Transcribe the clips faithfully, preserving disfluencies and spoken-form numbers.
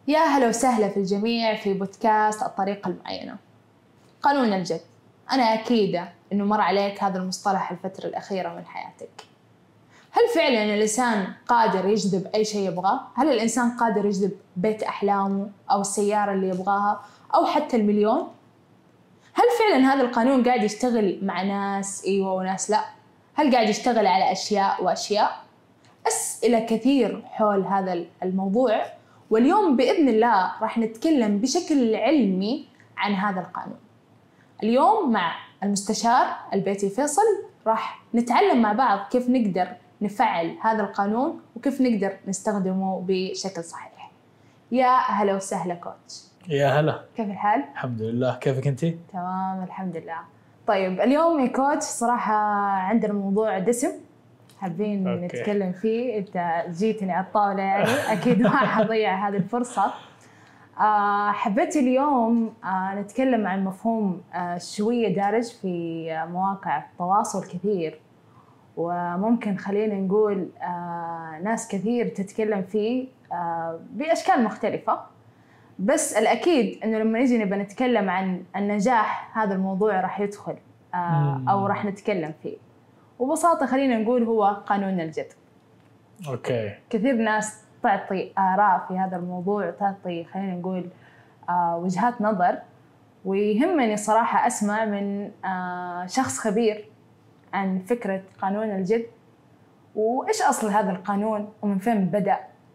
يا هلا وسهلا في الجميع في بودكاست الطريقة المعينة. قانون الجذب، أنا أكيدة أنه مر عليك هذا المصطلح الفترة الأخيرة من حياتك. هل فعلا الإنسان قادر يجذب أي شيء يبغاه؟ هل الإنسان قادر يجذب بيت أحلامه أو السيارة اللي يبغاها أو حتى المليون؟ هل فعلا هذا القانون قاعد يشتغل مع ناس أيوة وناس لا؟ هل قاعد يشتغل على أشياء وأشياء؟ أسئلة كثير حول هذا الموضوع، واليوم بإذن الله راح نتكلم بشكل علمي عن هذا القانون. اليوم مع المستشار البيتي فيصل راح نتعلم مع بعض كيف نقدر نفعل هذا القانون وكيف نقدر نستخدمه بشكل صحيح. يا هلا وسهلا كوتش. يا هلا، كيف الحال؟ الحمد لله، كيفك انتي؟ تمام الحمد لله. طيب اليوم يا كوتش صراحة عندنا موضوع دسم حابين أوكي. نتكلم فيه. انت جيتني على الطاولة يعني اكيد ما حضيع هذه الفرصة. آه حبيت اليوم آه نتكلم عن مفهوم آه شوية دارج في آه مواقع التواصل كثير، وممكن خلينا نقول آه ناس كثير تتكلم فيه آه بأشكال مختلفة، بس الأكيد إنه لما نيجي نبى نتكلم عن النجاح هذا الموضوع راح يدخل آه أو راح نتكلم فيه. وببساطة خلينا نقول هو قانون الجذب. اوكي. كثير ناس تعطي آراء في هذا الموضوع، تعطي خلينا نقول آه وجهات نظر، ويهمني صراحة أسمع من آه شخص خبير عن فكرة قانون الجذب، وإيش أصل هذا القانون ومن فين بدأ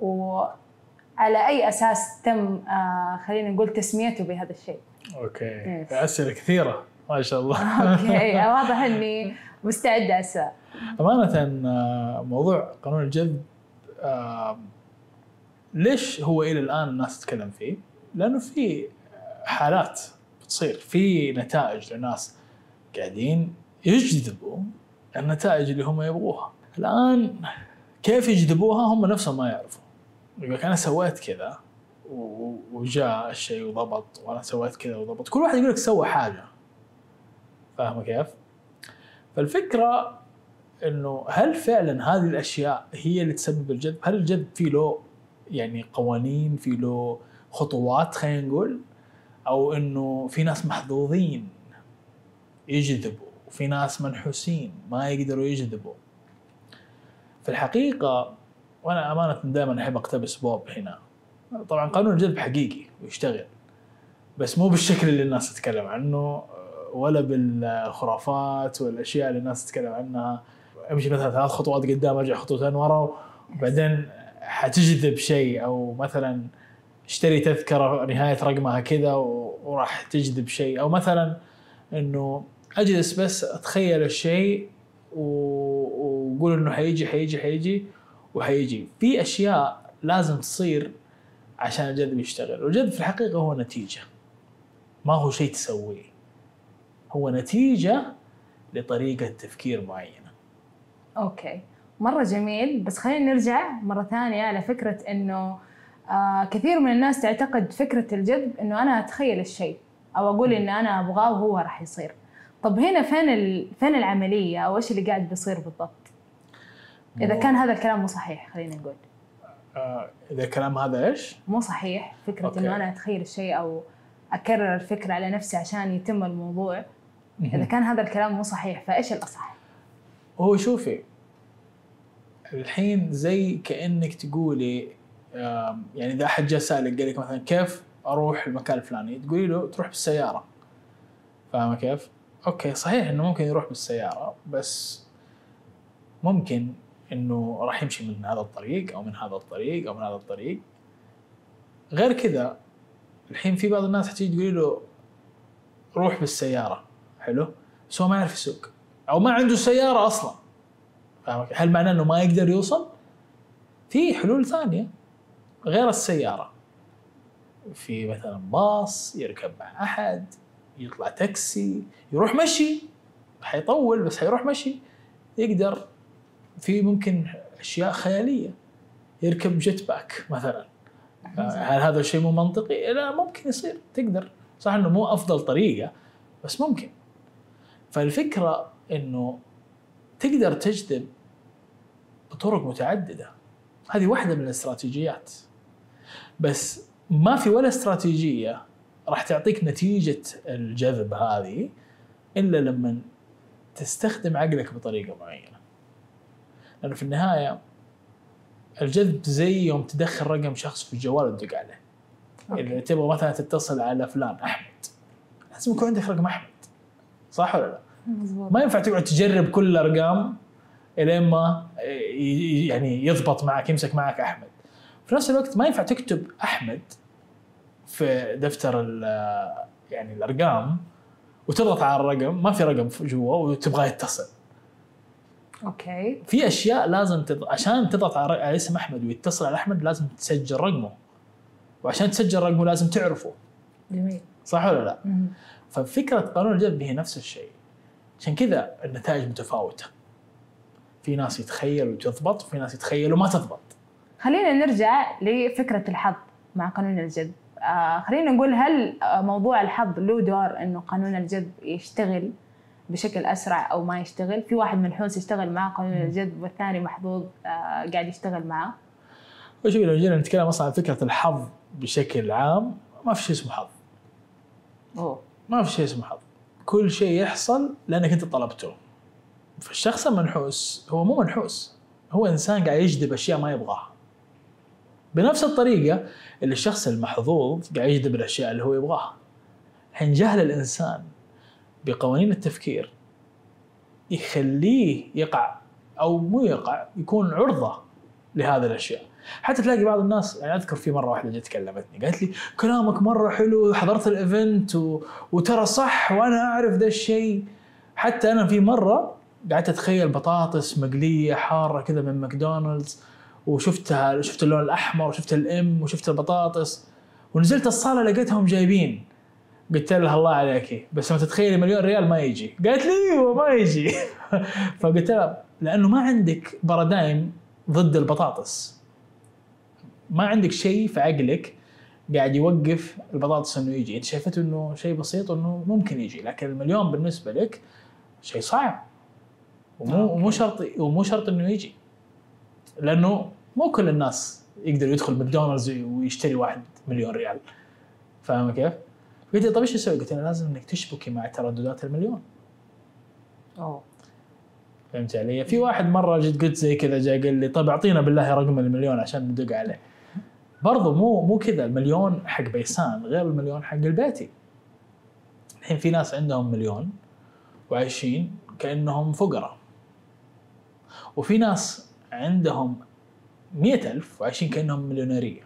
وعلى أي أساس تم آه خلينا نقول تسميته بهذا الشيء. اوكي. أسئلة كثيرة ما شاء الله. اوكي واضح اني مستعدة أسأل. أمانة موضوع قانون الجذب آه ليش هو إلى الآن الناس تتكلم فيه؟ لأنه في حالات بتصير، في نتائج لناس قاعدين يجذبوا النتائج اللي هم يبغوها. الآن كيف يجذبوها هم نفسهم ما يعرفوا. يقول أنا سويت كذا وجاء الشيء وضبط، وأنا سويت كذا وضبط. كل واحد يقول لك سوى حاجة، فاهمة كيف؟ فالفكرة إنه هل فعلا هذه الأشياء هي اللي تسبب الجذب؟ هل الجذب فيه له يعني قوانين، فيه له خطوات خلينا نقول، أو إنه في ناس محظوظين يجذبوا وفي ناس منحوسين ما يقدروا يجذبوا؟ في الحقيقة وأنا أمانة دائما أحب أقتبس بوب هنا. طبعا قانون الجذب حقيقي ويشتغل، بس مو بالشكل اللي الناس تتكلم عنه، ولا بالخرافات والأشياء اللي الناس تتكلم عنها. امشي مثلا ثلاث خطوات قدام ارجع خطوتين ورا وبعدين حتجذب شيء، أو مثلا اشتري تذكرة نهاية رقمها كذا وراح تجذب شيء، أو مثلا إنه أجلس بس أتخيل الشيء وقول إنه حيجي حيجي حيجي وحيجي. في أشياء لازم تصير عشان الجذب يشتغل. والجذب في الحقيقة هو نتيجة، ما هو شيء تسويه، هو نتيجة لطريقة تفكير معينة. أوكي مرة جميل، بس خلينا نرجع مرة ثانية على فكرة إنه آه كثير من الناس تعتقد فكرة الجذب إنه أنا أتخيل الشيء أو أقول إن أنا أبغاه وهو راح يصير. طب هنا فين ال... فين العملية أو إيش اللي قاعد بيصير بالضبط؟ إذا كان هذا الكلام مو صحيح خلينا نقول. آه إذا الكلام هذا إيش؟ مو صحيح فكرة أوكي. إنه أنا أتخيل الشيء أو أكرر الفكرة على نفسي عشان يتم الموضوع. إذا كان هذا الكلام مو صحيح فإيش الأصح؟ هو شوفي الحين زي كأنك تقولي يعني إذا أحد جاء سألك قال لك مثلا كيف أروح المكان الفلاني، تقولي له تروح بالسيارة، فاهمة كيف؟ أوكي صحيح إنه ممكن يروح بالسيارة، بس ممكن إنه راح يمشي من هذا الطريق أو من هذا الطريق أو من هذا الطريق. غير كذا الحين في بعض الناس حتيجي تقولي له روح بالسيارة، حلو، بس هو ما يعرف يسوق أو ما عنده سيارة أصلاً، فاهمك؟ هل معناه إنه ما يقدر يوصل؟ في حلول ثانية غير السيارة. في مثلاً باص يركب مع أحد، يطلع تاكسي، يروح مشي، حيطول بس حيروح مشي، يقدر. في ممكن أشياء خيالية، يركب جيت باك مثلاً. هل هذا الشيء مو منطقي؟ لا ممكن يصير، تقدر. صح إنه مو أفضل طريقة بس ممكن. فالفكرة إنه تقدر تجذب بطرق متعددة، هذه واحدة من الاستراتيجيات. بس ما في ولا استراتيجية راح تعطيك نتيجة الجذب هذه إلا لما تستخدم عقلك بطريقة معينة. لأنه في النهاية الجذب زي يوم تدخل رقم شخص في الجوال وتدق عليه. إذا تبغى مثلا تتصل على فلان أحمد، لازم يكون عندك رقم أحمد، صح ولا لا؟ مزبوط. ما ينفع تقعد تجرب كل الأرقام إلين ما يعني يضبط معك، يمسك معك أحمد. في نفس الوقت ما ينفع تكتب أحمد في دفتر يعني الأرقام وتضغط على الرقم ما في رقم جوا وتبغى يتصل. اوكي. في اشياء لازم تض... عشان تضغط على اسم احمد ويتصل على احمد لازم تسجل رقمه، وعشان تسجل رقمه لازم تعرفه. جميل. صح ولا لا؟ مم. ففكره قانون الجذب هي نفس الشيء. عشان كذا النتائج متفاوته، في ناس يتخيل وتضبط وفي ناس يتخيل وما تضبط. خلينا نرجع لفكره الحظ مع قانون الجذب. آه خلينا نقول هل موضوع الحظ له دور انه قانون الجذب يشتغل بشكل أسرع أو ما يشتغل؟ في واحد منحوس يشتغل معه قانون الجذب والثاني محظوظ آه قاعد يشتغل معه. وشوف لو جينا نتكلم أصلاً عن فكرة الحظ بشكل عام، ما في شيء اسمه حظ. أوه. ما في شيء اسمه حظ، كل شيء يحصل لأنك أنت طلبته. فالشخص المنحوس هو مو منحوس، هو إنسان قاعد يجذب أشياء ما يبغاها. بنفس الطريقة اللي الشخص المحظوظ قاعد يجذب الأشياء اللي هو يبغاها. حين جهل الإنسان بقوانين التفكير يخليه يقع أو مو يقع، يكون عرضة لهذه الأشياء. حتى تلاقي بعض الناس، يعني أذكر في مرة واحدة جت كلمتني قالت لي كلامك مرة حلو، حضرت الإيفنت و... وترى صح وأنا أعرف ذا الشيء. حتى أنا في مرة قعدت أتخيل بطاطس مقلية حارة كذا من ماكدونالدز، وشفتها شفت اللون الأحمر وشفت الإم وشفت البطاطس، ونزلت الصالة لقيتهم جايبين. قلت لها الله عليكي بس ما تتخيلي مليون ريال ما يجي. قالت لي هو ما يجي. فقلت لها لأنه ما عندك بارادايم ضد البطاطس، ما عندك شيء في عقلك قاعد يوقف البطاطس انه يجي. انت شايفته انه شيء بسيط انه ممكن يجي، لكن المليون بالنسبة لك شيء صعب ومو ومو شرط ومو شرط انه يجي، لأنه مو كل الناس يقدر يدخل ماكدونالدز ويشتري واحد مليون ريال. فاهم كيف؟ قلت لي طيب ايش اسوي؟ قلت له لازم انك تشبكي مع ترددات المليون. اوه فهمت علي؟ في واحد مره جيت قلت زي كذا جاء قال لي طيب اعطينا بالله رقم المليون عشان ندق عليه. برضو مو مو كذا، المليون حق بيسان غير المليون حق البيتي. الحين في ناس عندهم مليون وعايشين كأنهم فقراء، وفي ناس عندهم مئة ألف وعايشين كأنهم مليونيرية.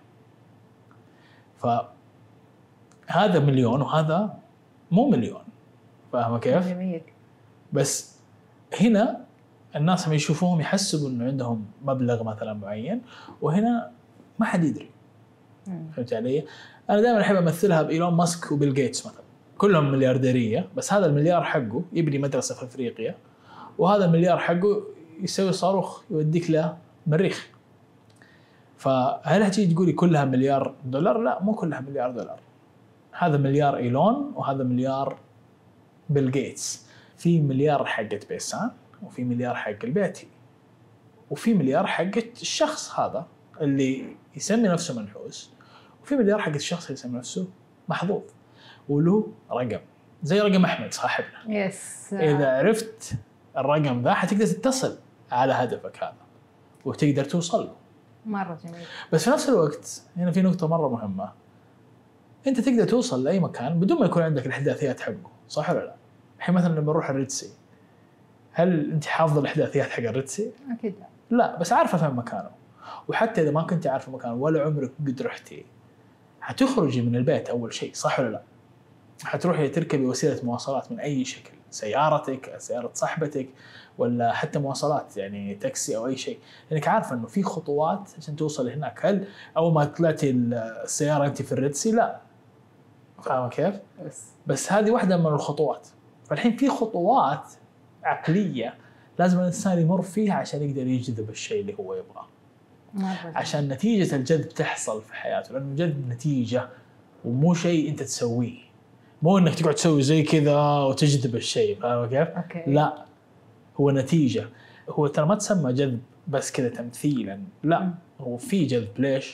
فهذا مليون وهذا مو مليون. فاهمة كيف؟ جميل. بس هنا الناس لما يشوفوهم يحسبوا انه عندهم مبلغ مثلا معين، وهنا ما حد يدري. فهمت علي؟ انا دائما احب امثلها بايلون ماسك وبيل جيتس مثلا، كلهم مليارديريه، بس هذا المليار حقه يبني مدرسه في افريقيا، وهذا المليار حقه يسوي صاروخ يوديك له مريخ. فهل هتيجي تقولي كلها مليار دولار؟ لا، مو كلها مليار دولار. هذا مليار ايلون وهذا مليار بيل جيتس. في مليار حقت بيسان، وفي مليار حق البيتي، وفي مليار حقت الشخص هذا اللي يسمي نفسه منحوس، وفي مليار حقت الشخص اللي يسمي نفسه محظوظ، وله رقم زي رقم أحمد صاحبنا. يس. إذا عرفت الرقم ذا حتقدر تتصل على هدفك هذا وتقدر توصل له. مرة جميل. بس في نفس الوقت هنا في نقطة مرة مهمة، أنت تقدر توصل لأي مكان بدون ما يكون عندك الإحداثيات حقه، صح ولا لا؟ الحين مثلا لما نروح الريدسي، هل أنت حافظة الإحداثيات حق الريدسي؟ أكيد لا. لا، بس عارفة فين مكانه. وحتى إذا ما كنت عارفة مكانه ولا عمرك قد رحتي، هتخرجي من البيت أول شيء، صح ولا لا؟ هتروحي تركبي وسيلة مواصلات من أي شكل، سيارتك، سيارة صاحبتك، ولا حتى مواصلات يعني تاكسي أو أي شيء، لأنك عارفة إنه في خطوات عشان توصل هناك. هل أول ما طلعتي السيارة أنت في الريدسي؟ لا. فاهمة كيف؟ بس بس هذه واحدة من الخطوات. فالحين في خطوات عقلية لازم الإنسان يمر فيها عشان يقدر يجذب الشيء اللي هو يبغاه، عشان نتيجة الجذب تحصل في حياته. لأنه الجذب نتيجة ومو شيء أنت تسويه، مو إنك تقعد تسوي زي كذا وتجذب الشيء. فاهم كيف؟ أوكي. لا، هو نتيجة. هو ترى ما تسمى جذب بس كذا تمثيلا، لا، م. هو في جذب. ليش؟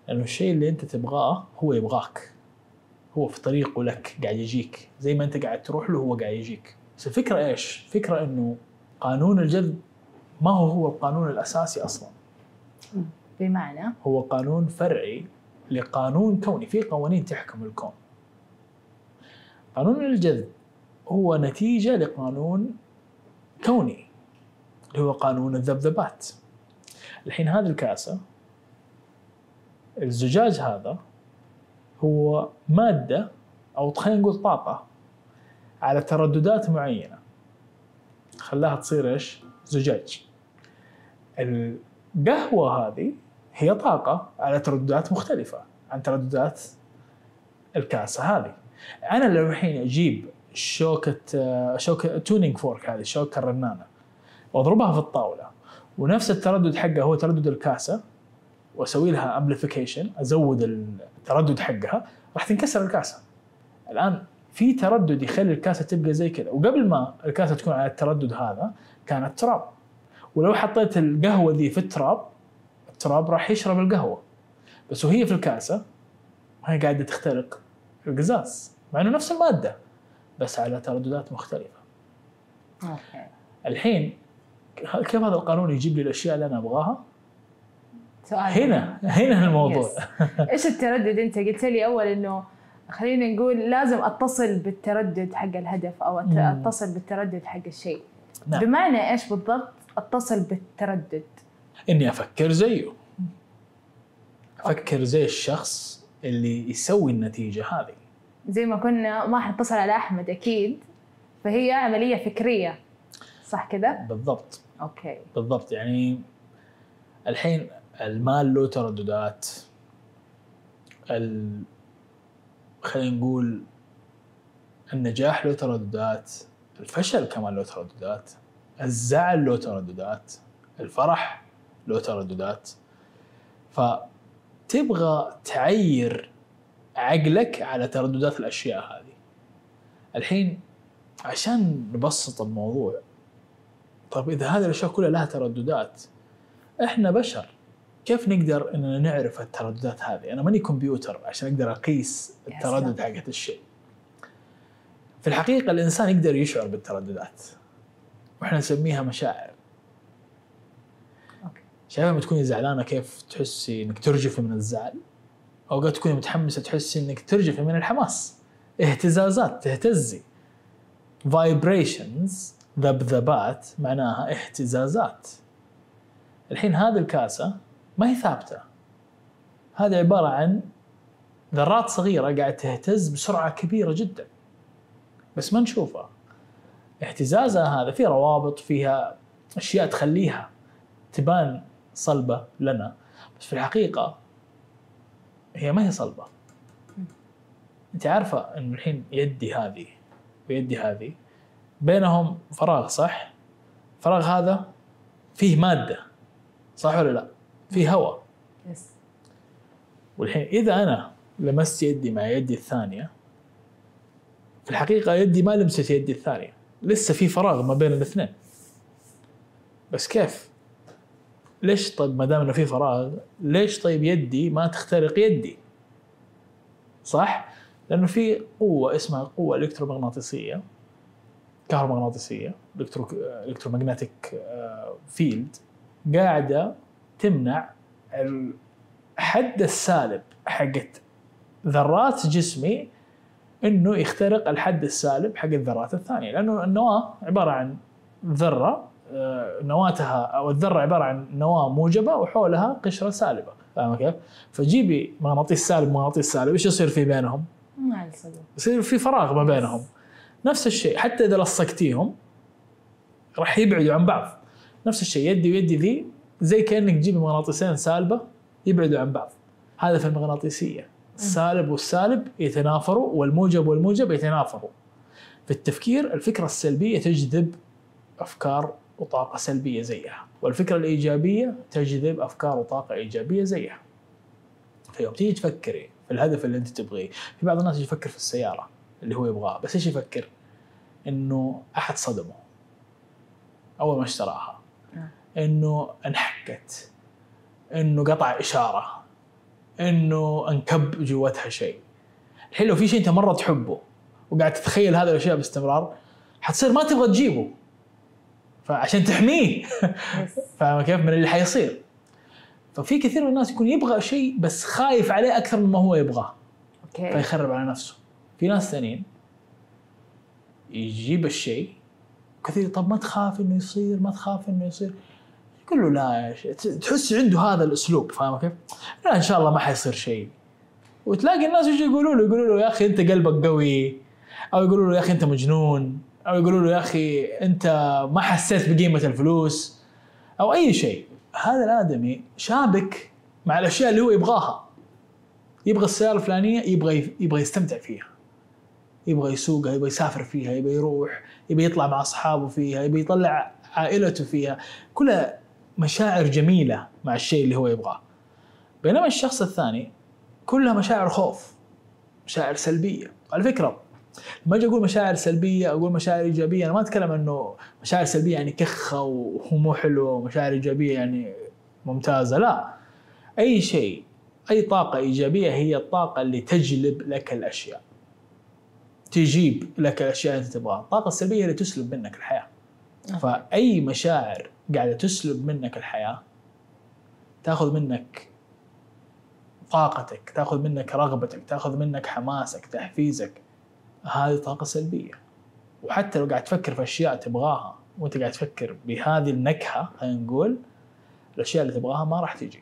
لأنه الشيء اللي أنت تبغاه هو يبغاك، هو في طريقه لك قاعد يجيك، زي ما أنت قاعد تروح له هو قاعد يجيك. بس الفكرة إيش؟ فكرة إنه قانون الجذب ما هو هو القانون الأساسي أصلاً. بمعنى هو قانون فرعي لقانون كوني، في قوانين تحكم الكون. قانون الجذب هو نتيجة لقانون كوني اللي هو قانون الذبذبات. الحين هذه الكاسة، الزجاج هذا هو مادة أو خلينا نقول طاقة على ترددات معينة خلاها تصير إيش؟ زجاج. القهوة هذه هي طاقة على ترددات مختلفة عن ترددات الكاسة هذه. أنا لو الحين أجيب شوكة شوكة تونينج فورك، هذه الشوكة الرنانة، وأضربها في الطاولة ونفس التردد حقها هو تردد الكاسة، وأسوي لها أمبليفيكيشن، أزود التردد حقها، راح تنكسر الكاسة. الآن في تردد يخلي الكاسة تبقى زي كذا، وقبل ما الكاسة تكون على التردد هذا كانت تراب، ولو حطيت القهوة ذي في التراب، التراب راح يشرب القهوة، بس وهي في الكاسة هي قاعدة تخترق القزاز مع إنه نفس المادة بس على ترددات مختلفة. أوكي. الحين كيف هذا القانون يجيب لي الأشياء اللي أنا أبغاها؟ سؤال هنا هنا الموضوع. إيش التردد؟ أنت قلت لي أول إنه خلينا نقول لازم أتصل بالتردد حق الهدف أو أتصل بالتردد حق الشيء. نعم. بمعنى إيش بالضبط أتصل بالتردد؟ إني أفكر زيه، أفكر زي الشخص اللي يسوي النتيجة هذه. زي ما كنا ما حنتصل على أحمد أكيد، فهي عملية فكرية، صح كده؟ بالضبط. أوكي. بالضبط. يعني الحين المال له ترددات، ال... خلينا نقول النجاح له ترددات، الفشل كمان له ترددات، الزعل له ترددات، الفرح له ترددات. فتبغى تعير عقلك على ترددات الأشياء هذه. الحين عشان نبسط الموضوع، طيب إذا هذه الأشياء كلها لها ترددات، إحنا بشر، كيف نقدر إننا نعرف الترددات هذه؟ أنا ماني كمبيوتر عشان أقدر أقيس التردد حقت الشيء. في الحقيقة الإنسان يقدر يشعر بالترددات، وإحنا نسميها مشاعر. شايفة لما تكوني زعلانة كيف تحسي إنك ترجفي من الزعل، أوقات تكوني متحمسة تحسي إنك ترجفي من الحماس. اهتزازات، تهتزي. vibrations، ذبذبات معناها اهتزازات. الحين هذه الكاسة ما هي ثابتة، هذه عبارة عن ذرات صغيرة قاعدة تهتز بسرعة كبيرة جدا بس ما نشوفها. اهتزازها هذا فيه روابط، فيها أشياء تخليها تبان صلبة لنا، بس في الحقيقة هي ما هي صلبة. أنت عارفة إنه الحين يدي هذه ويدي هذه بينهم فراغ، صح؟ فراغ هذا فيه مادة، صح ولا لا؟ فيه هواء. يس. والحين إذا أنا لمست يدي مع يدي الثانية، في الحقيقة يدي ما لمست يدي الثانية، لسه في فراغ ما بين الاثنين. بس كيف؟ ليش طيب ما دام إنه في فراغ، ليش طيب يدي ما تخترق يدي؟ صح؟ لأنه في قوة اسمها قوة إلكترومغناطيسية، كهرومغناطيسية، إلكترو إلكترومغناطيك فيلد، قاعدة تمنع الحد السالب حقت ذرات جسمي إنه يخترق الحد السالب حق الذرات الثانية. لأنه النواة عبارة عن ذرة، نواتها أو الذرة عبارة عن نواة موجبة وحولها قشرة سالبة، فاهمة كيف؟ فجيبي مغناطيس سالب مغناطيس سالب، إيش يصير في بينهم؟ ما يصير، يصير في فراغ ما بينهم. نفس الشيء حتى إذا لصقتيهم راح يبعدوا عن بعض. نفس الشيء يدي ويدي ذي زي كأنك تجيبي مغناطيسين سالبة يبعدوا عن بعض. هذا في المغناطيسية، السالب والسالب يتنافروا والموجب والموجب يتنافروا. في التفكير الفكرة السلبية تجذب أفكار وطاقة سلبية زيها، والفكرة الإيجابية تجذب أفكار وطاقة إيجابية زيها. فيوم تيجي تفكري في الهدف اللي أنت تبغيه، في بعض الناس يفكر في السيارة اللي هو يبغاه، بس إيش يفكر؟ إنه أحد صدمه أول ما اشتراها، إنه انحكت، إنه قطع إشارة، انه انكب جوتها شيء. الحين لو في شيء انت مره تحبه وقاعد تتخيل هذه الاشياء باستمرار حتصير ما تبغى تجيبه، فعشان تحميه فاهم كيف من اللي حيصير. ففي كثير من الناس يكون يبغى شيء بس خايف عليه اكثر مما هو يبغاه، اوكي، فيخرب على نفسه. في ناس ثانيين يجيب الشيء كثير، طب ما تخاف انه يصير، ما تخاف انه يصير، يقول له لا يا شيء، تحس عنده هذا الاسلوب فاهم كيف؟ لا ان شاء الله ما حيصير شيء. وتلاقي الناس يجي يقولوا له يقولوا له يا اخي انت قلبك قوي، او يقولوا له يا اخي انت مجنون، او يقولوا له يا اخي انت ما حسيت بقيمة الفلوس، او اي شيء. هذا الادمي شابك مع الاشياء اللي هو يبغاها، يبغى السيارة الفلانية، يبغى يبغى يستمتع فيها، يبغى يسوقها، يبغى يسافر فيها، يبغى يروح، يبغى يطلع مع اصحابه فيها، يبغى يطلع عائلته فيها، كلها مشاعر جميلة مع الشيء اللي هو يبغاه. بينما الشخص الثاني كلها مشاعر خوف، مشاعر سلبية. على فكرة لما أجي أقول مشاعر سلبية أقول مشاعر إيجابية، أنا ما أتكلم أنه مشاعر سلبية يعني كخة ومو حلوة، ومشاعر إيجابية يعني ممتازة، لا. أي شيء، أي طاقة إيجابية هي الطاقة اللي تجلب لك الأشياء، تجيب لك الأشياء اللي أنت تبغاها. الطاقة السلبية اللي تسلب منك الحياة. فأي مشاعر قاعدة تسلب منك الحياة تأخذ منك طاقتك، تأخذ منك رغبتك، تأخذ منك حماسك، تحفيزك، هذه طاقة سلبية. وحتى لو قاعد تفكر في أشياء تبغاها وأنت قاعد تفكر بهذه النكهة، خلينا نقول الأشياء اللي تبغاها ما راح تجي،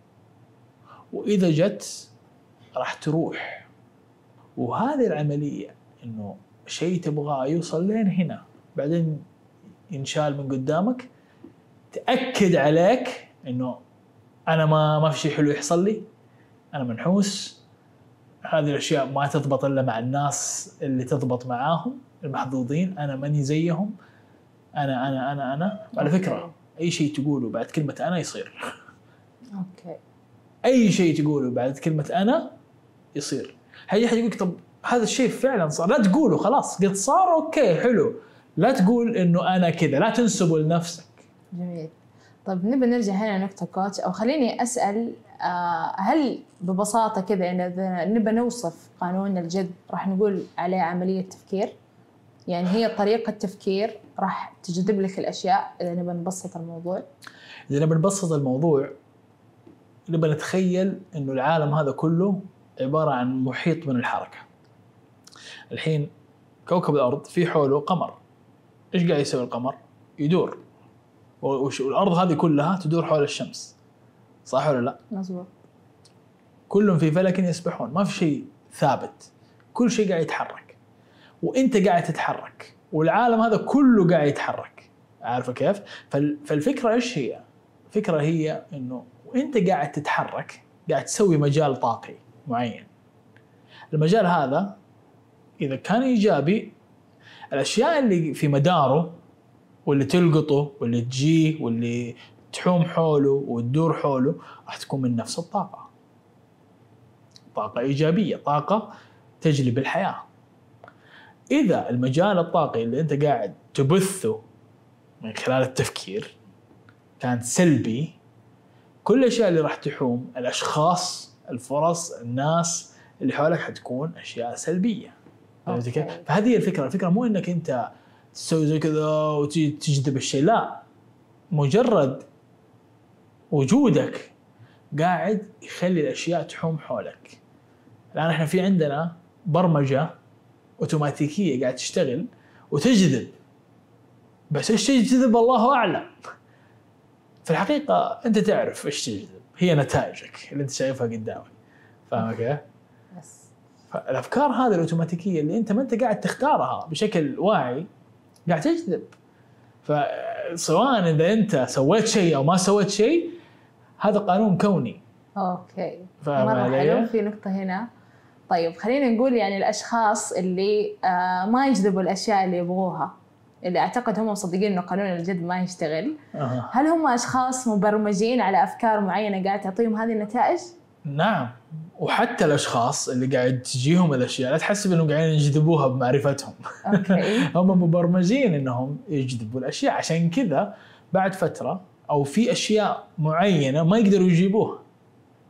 وإذا جت راح تروح. وهذه العملية إنه شيء تبغاه يوصل لين هنا بعدين ينشال من قدامك، تأكد عليك إنه أنا ما ما في شيء حلو يحصل لي، أنا منحوس، هذه الأشياء ما تضبط إلا مع الناس اللي تضبط معاهم المحظوظين، أنا ماني زيهم، أنا أنا أنا أنا على فكرة أي شيء تقوله بعد كلمة أنا يصير. أوكي. أي شيء تقوله بعد كلمة أنا يصير. هيجي أحد يقولك طب هذا الشيء فعلا صار، لا تقوله خلاص قد صار، أوكي حلو، لا تقول إنه أنا كذا، لا تنسبه لنفسك. جميل. طب نبي نرجع هنا نقطة كوتش، أو خليني أسأل، هل ببساطة كذا إن إذا نبى نوصف قانون الجذب راح نقول عليه عملية تفكير؟ يعني هي طريقة تفكير راح تجذب لك الأشياء إذا نبى نبسط الموضوع؟ إذا نبى نبسط الموضوع نبى نتخيل إنه العالم هذا كله عبارة عن محيط من الحركة. الحين كوكب الأرض في حوله قمر، إيش قاعد يسوي القمر؟ يدور، والأرض هذه كلها تدور حول الشمس، صح ولا لا؟ مظبوط. كلهم في فلك يسبحون، ما في شيء ثابت، كل شيء قاعد يتحرك، وانت قاعد تتحرك، والعالم هذا كله قاعد يتحرك، عارفه كيف؟ فالفكرة ايش هي؟ الفكرة هي انه وانت قاعد تتحرك قاعد تسوي مجال طاقي معين. المجال هذا اذا كان ايجابي، الاشياء اللي في مداره واللي تلقطه واللي تجيه واللي تحوم حوله وتدور حوله راح تكون من نفس الطاقة، طاقة إيجابية، طاقة تجلب الحياة. إذا المجال الطاقي اللي أنت قاعد تبثه من خلال التفكير كان سلبي، كل الأشياء اللي راح تحوم، الأشخاص، الفرص، الناس اللي حولك حتكون أشياء سلبية. فهذه هي الفكرة. الفكرة مو إنك أنت تسوي زي كذا وتجذب الشيء، لا، مجرد وجودك قاعد يخلي الأشياء تحوم حولك. الآن إحنا في عندنا برمجة أوتوماتيكية قاعد تشتغل وتجذب، بس إيش تجذب الله أعلم. في الحقيقة أنت تعرف إيش تجذب، هي نتائجك اللي أنت شايفها قدامك، فاهمك كيف؟ فالأفكار هذه الأوتوماتيكية اللي أنت ما أنت قاعد تختارها بشكل واعي قاعد تجذب. فسواء إذا أنت سويت شيء أو ما سويت شيء، هذا قانون كوني. أوكي، مرة حلو. في نقطة هنا، طيب خلينا نقول يعني الأشخاص اللي آه ما يجذبوا الأشياء اللي يبغوها، اللي أعتقد هم مصدقين إنه قانون الجذب ما يشتغل، أه. هل هم أشخاص مبرمجين على أفكار معينة قاعد تعطيهم هذه النتائج؟ نعم، وحتى الأشخاص اللي قاعد تجيهم الأشياء لا تحسب إنهم قاعدين يجذبوها بمعرفتهم. أوكي. هم مبرمجين إنهم يجذبوا الأشياء، عشان كذا بعد فترة أو في أشياء معينة ما يقدروا يجيبوها،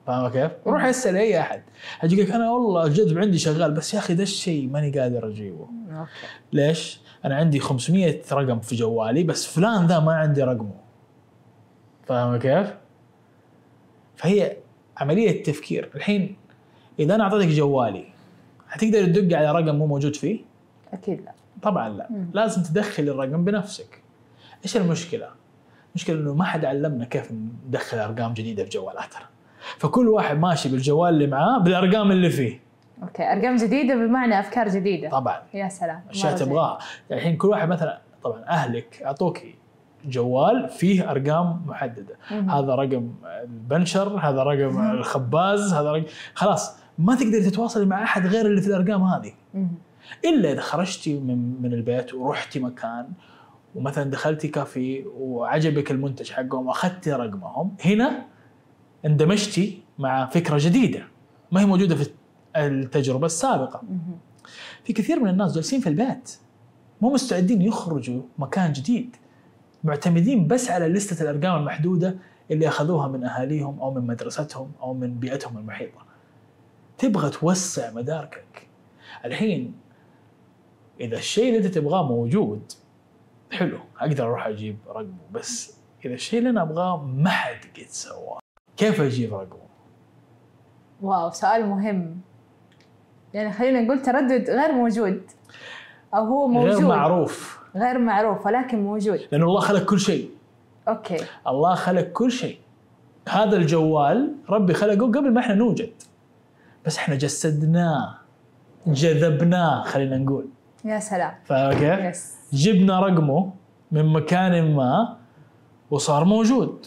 فاهم كيف؟ روح اسال اي احد اجيك انا والله الجذب عندي شغال بس يا اخي ده الشيء ماني قادر اجيبه. اوكي. ليش؟ انا عندي خمسمية رقم في جوالي بس فلان ذا ما عندي رقمه. فاهم كيف؟ فهي عمليه تفكير. الحين اذا انا اعطيتك جوالي هتقدر تدق على رقم مو موجود فيه؟ اكيد لا. طبعا لا. مم. لازم تدخل الرقم بنفسك. ايش المشكله؟ المشكله انه ما حد علمنا كيف ندخل ارقام جديده في جوالاتنا، فكل واحد ماشي بالجوال اللي معاه بالارقام اللي فيه. اوكي، ارقام جديده بمعنى افكار جديده. طبعا. يا سلام. اشياء تبغاها. الحين كل واحد مثلا طبعا اهلك اعطوك جوال فيه ارقام محدده، مم. هذا رقم البنشر، هذا رقم مم. الخباز، هذا رقم، خلاص ما تقدر تتواصل مع احد غير اللي في الارقام هذه. مم. الا اذا خرجتي من من البيت ورحتي مكان ومثلا دخلتي كافي وعجبك المنتج حقهم واخذتي رقمهم، هنا اندمجتي مع فكره جديده ما هي موجوده في التجربه السابقه. مم. في كثير من الناس جالسين في البيت مو مستعدين يخرجوا مكان جديد، معتمدين بس على لستة الأرقام المحدودة اللي أخذوها من أهاليهم أو من مدرستهم أو من بيئتهم المحيطة. تبغى توسع مداركك. الحين إذا الشيء اللي أنت تبغاه موجود حلو أقدر أروح أجيب رقمه، بس إذا الشيء اللي أنا أبغاه ما حد قد سواه كيف أجيب رقمه؟ واو، سؤال مهم. يعني خلينا نقول تردد غير موجود أو هو موجود غير معروف، غير معروف ولكن موجود. لأن الله خلق كل شيء. أوكي. الله خلق كل شيء. هذا الجوال ربي خلقه قبل ما احنا نوجد، بس احنا جسدناه جذبناه خلينا نقول. يا سلام. فاهم كيف؟ يس. جبنا رقمه من مكان ما وصار موجود.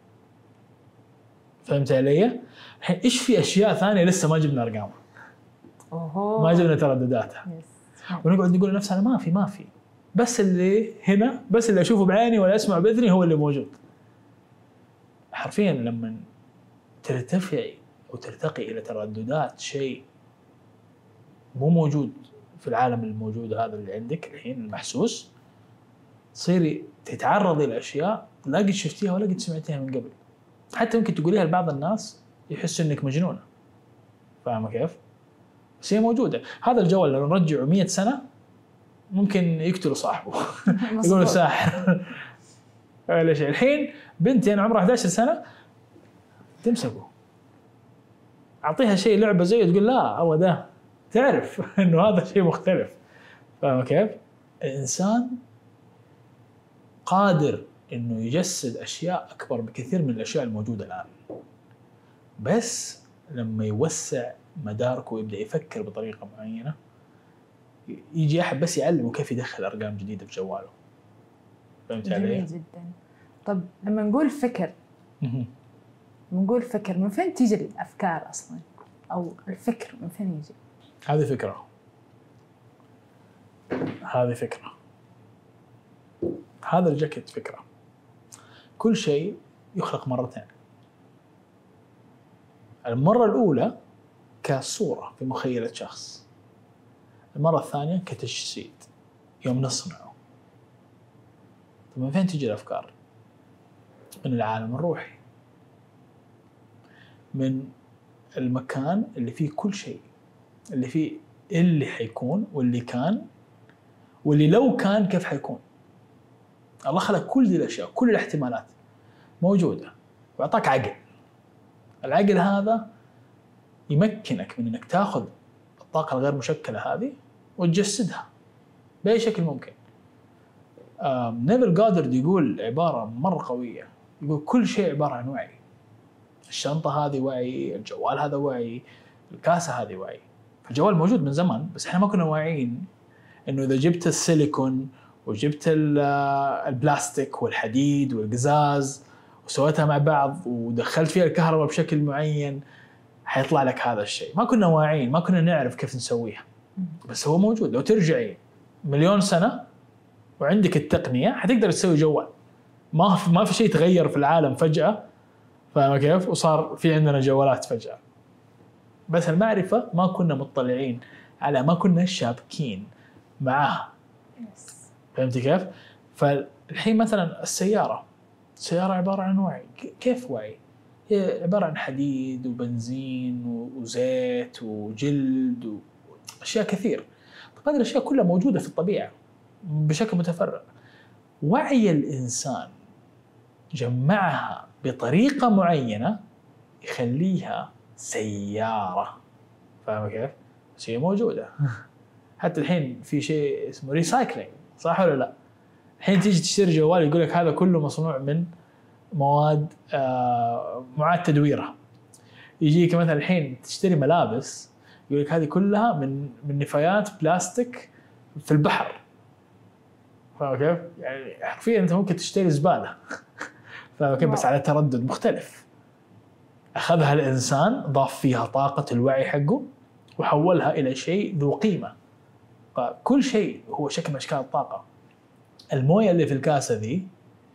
فهمت علي؟ الحين ايش في اشياء ثانيه لسه ما جبنا ارقامها؟ اوه. ما جبنا تردداتها. يس. ونقعد نقول لنفسنا ما في ما في بس اللي هنا، بس اللي اشوفه بعيني ولا اسمع باذني هو اللي موجود. حرفيا لما ترتفعي او ترتقي الى ترددات شيء مو موجود في العالم الموجود هذا اللي عندك الحين المحسوس، تصيري تتعرضي لاشياء لا قد شفتيها ولا قد سمعتيها من قبل. حتى ممكن تقوليها لبعض الناس يحسوا انك مجنونه. فاهمه كيف؟ بس هي موجوده. هذا الجوال لو نرجعه مية سنه ممكن يقتلوا صاحبه يقولوا ساحر ولا شيء. الحين بنتي انا عمرها إحدى عشرة سنه تمسكه اعطيها شيء لعبه زيه تقول لا هو ده، تعرف انه هذا شيء مختلف. فاهم كيف؟ الانسان قادر انه يجسد اشياء اكبر بكثير من الاشياء الموجوده الان، بس لما يوسع مداركه ويبدا يفكر بطريقه معينه يجي احد بس يعلمه كيف يدخل ارقام جديده في جواله. فهمت علي؟ جميل جدا. طب لما نقول فكر نقول فكر من فين تيجي الافكار اصلا؟ او الفكر من فين يجي؟ هذه فكره هذه فكره هذا الجاكيت فكره. كل شيء يخلق مرتين. المره الاولى كصوره في مخيله شخص، المره الثانيه كتجسيد يوم نصنعه. طب من فين تجي الافكار؟ من العالم الروحي، من المكان اللي فيه كل شيء، اللي فيه اللي حيكون واللي كان واللي لو كان كيف حيكون. الله خلق كل دي الاشياء، كل الاحتمالات موجوده واعطاك عقل. العقل هذا يمكنك من انك تاخذ الطاقه الغير مشكله هذه وتجسدها باي شكل ممكن. نيفل جودارد يقول عباره مره قويه، يقول كل شيء عباره عن وعي. الشنطه هذه وعي، الجوال هذا وعي، الكاسه هذه وعي. الجوال موجود من زمان بس احنا ما كنا واعيين انه اذا جبت السيليكون وجبت البلاستيك والحديد والقزاز وسويتها مع بعض ودخلت فيها الكهرباء بشكل معين حيطلع لك هذا الشيء. ما كنا واعيين، ما كنا نعرف كيف نسويها، بس هو موجود. لو ترجعي مليون سنة وعندك التقنية حتقدر تسوي جوال. ما في ما في شيء تغير في العالم فجأة، فاهم كيف؟ وصار في عندنا جوالات فجأة. بس المعرفة ما كنا مطلعين على، ما كنا شابكين معها. فهمتي كيف؟ فالحين مثلا السيارة السيارة عبارة عن وعي. كيف وعي؟ هي عبارة عن حديد وبنزين وزيت وجلد وأشياء كثير. طب هذه الأشياء كلها موجودة في الطبيعة بشكل متفرع. وعي الإنسان جمعها بطريقة معينة يخليها سيارة. فاهم كيف؟ شيء موجودة. حتى الحين في شيء اسمه ريسايكلينج، صح ولا لا؟ الحين تيجي تشتري جوال يقول لك هذا كله مصنوع من مواد آه معاد تدويرها. يجيك مثلا الحين تشتري ملابس يقول لك هذه كلها من من نفايات بلاستيك في البحر. فاهم كيف؟ يعني حرفيا انت ممكن تشتري زبالة. فاهم كيف؟ بس على تردد مختلف. أخذها الإنسان، ضاف فيها طاقة الوعي حقه وحولها إلى شيء ذو قيمة. فكل شيء هو شكل من أشكال الطاقة. الموية اللي في الكاسة ذي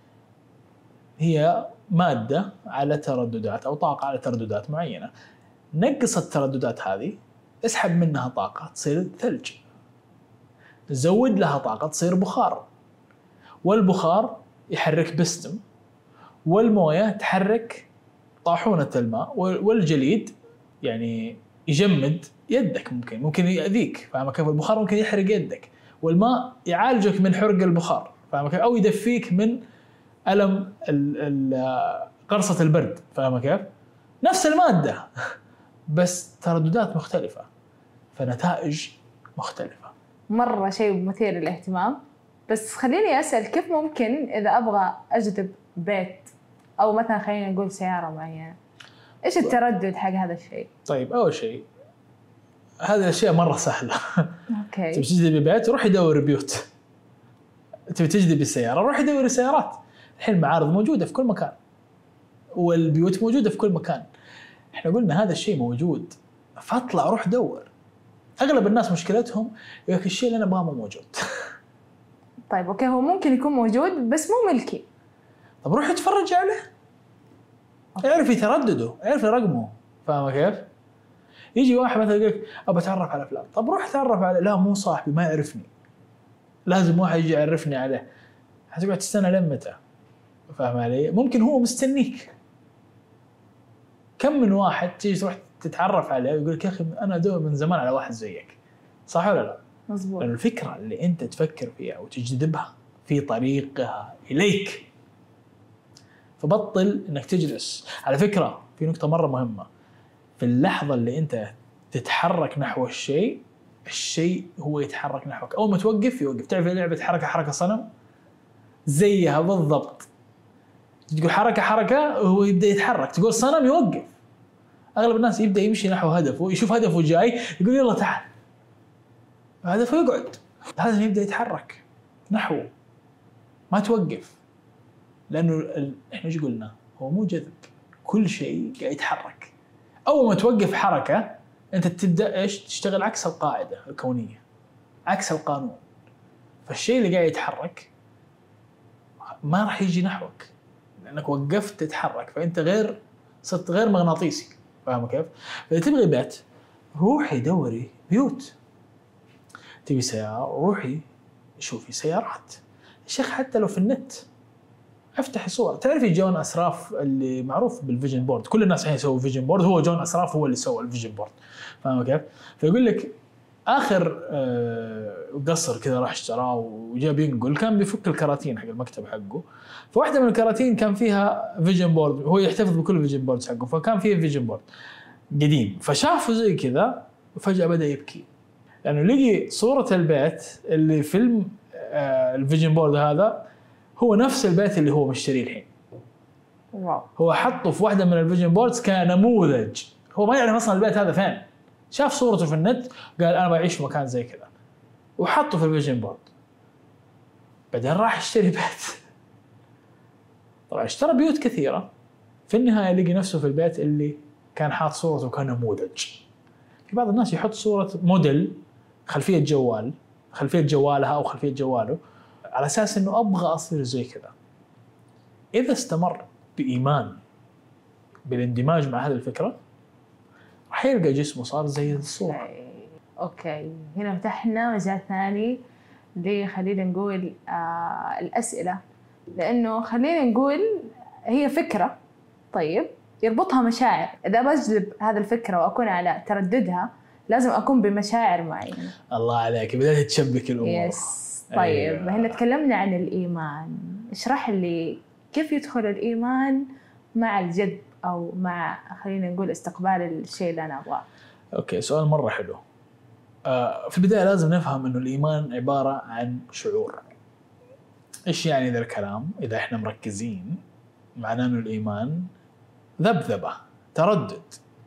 هي مادة على ترددات أو طاقة على ترددات معينة. نقص الترددات هذه، اسحب منها طاقة تصير ثلج، زود لها طاقة تصير بخار، والبخار يحرك بستم، والموية تحرك طاحونة الماء، والجليد يعني يجمد يدك، ممكن ممكن يأذيك. فاهم كيف؟ البخار ممكن يحرق يدك، والماء يعالجك من حرق البخار. فاهم كيف؟ أو يدفيك من ألم قرصة البرد. فاهم كيف؟ نفس المادة بس ترددات مختلفة، فنتائج مختلفة. مرة شيء مثير للاهتمام. بس خليني أسأل، كيف ممكن إذا أبغى أجذب بيت أو مثلا خلينا نقول سيارة معينة، إيش التردد حق هذا الشيء؟ طيب أول شيء هذه الأشياء مرة سهلة. أوكي. تبي تجذبي بيت روح يدور بيوت. تبي تجذبي السيارة روح يدور سيارات. الحين المعارض موجودة في كل مكان والبيوت موجودة في كل مكان. احنا قلنا هذا الشيء موجود، فاطلع روح دور. أغلب الناس مشكلتهم يقولك الشيء اللي أنا أبغاه مو موجود. طيب أوكي، هو ممكن يكون موجود بس مو ملكي. طب روح اتفرج عليه، اعرف يتردده، اعرف رقمه. فاهم كيف؟ يجي واحد مثلا يقول لك ابى اتعرف على فلان، طب روح اتعرف على، لا مو صاحبي ما يعرفني، لازم واحد يجي يعرفني عليه. حتقعد تستنى لين متى؟ فاهم علي؟ ممكن هو مستنيك. كم من واحد تيجي تروح تتعرف عليه ويقول لك يا اخي انا ادور من زمان على واحد زيك، صح ولا لا؟ مظبوط. لأن الفكره اللي انت تفكر فيها وتجذبها في طريقها اليك. فبطل انك تجلس. على فكره في نقطه مره مهمه، في اللحظه اللي انت تتحرك نحو الشيء، الشيء هو يتحرك نحوك. اول ما توقف يوقف. تعرف لعبه حركه حركه صنم؟ زيها بالضبط. تقول حركه حركه هو يبدا يتحرك، تقول صنم يوقف. اغلب الناس يبدا يمشي نحو هدفه، يشوف هدفه جاي يقول يلا تعال، هدفه يقعد. هذا يبدا يتحرك نحوه، ما توقف. لانه ال... احنا ايش قلنا؟ هو مو جذب، كل شيء قاعد يتحرك. اول ما توقف حركه انت تبدا ايش؟ تشتغل عكس القاعده الكونيه، عكس القانون. فالشيء اللي قاعد يتحرك ما راح يجي نحوك لانك وقفت تتحرك، فانت غير صرت غير مغناطيسي. فاهم كيف؟ فاذا تبغي بيت روحي دوري بيوت. تبي سياره روحي شوفي سيارات. الشيخ حتى لو في النت افتحي صور. تعرفي جون اسراف اللي معروف بالفيجن بورد؟ كل الناس الحين يسووا فيجن بورد، هو جون اسراف هو اللي سوى الفيجن بورد. فاهم كيف؟ فيقول لك اخر قصر كذا راح اشتراه وجاب ينقل، كان بيفك الكراتين حق المكتب حقه، فواحده من الكراتين كان فيها فيجن بورد. هو يحتفظ بكل فيجن بوردز حقه، فكان فيه فيجن بورد قديم. فشافه زي كذا وفجاه بدا يبكي لانه لقي صوره البيت اللي في الفيجن بورد هذا هو نفس البيت اللي هو مشتريه الحين. واو. هو حطه في واحده من الفيجن بوردز كنموذج، هو ما يعرف اصلا البيت هذا فين. شاف صورته في النت قال انا بعيش في مكان زي كذا وحطه في الفيجن بورد. بعدين راح يشتري بيت. طبعا اشترى بيوت كثيره، في النهايه لقي نفسه في البيت اللي كان حاط صورته كنموذج. في بعض الناس يحط صوره موديل خلفيه جوال، خلفيه جوالها او خلفيه جواله، على اساس انه ابغى اصير زي كذا. اذا استمر بايمان بالاندماج مع هذه الفكره راح يلقى جسمه صار زي الصوره. اوكي، هنا فتحنا مجال ثاني لخلينا نقول آه الاسئله، لانه خلينا نقول هي فكره. طيب يربطها مشاعر. إذا بجذب هذا الفكرة وأكون على ترددها لازم أكون بمشاعر معينة. الله عليك، بدأت تشبك الأمور. يس. طيب أيوة. هنا تكلمنا عن الإيمان، اشرح لي كيف يدخل الإيمان مع الجذب أو مع خلينا نقول استقبال الشيء اللي أنا أبغاه. أوكي، سؤال مرة حلو. آه في البداية لازم نفهم إنه الإيمان عبارة عن شعور. إيش يعني ذا الكلام؟ إذا إحنا مركزين معناه إنه الإيمان ذبذبة، تردد.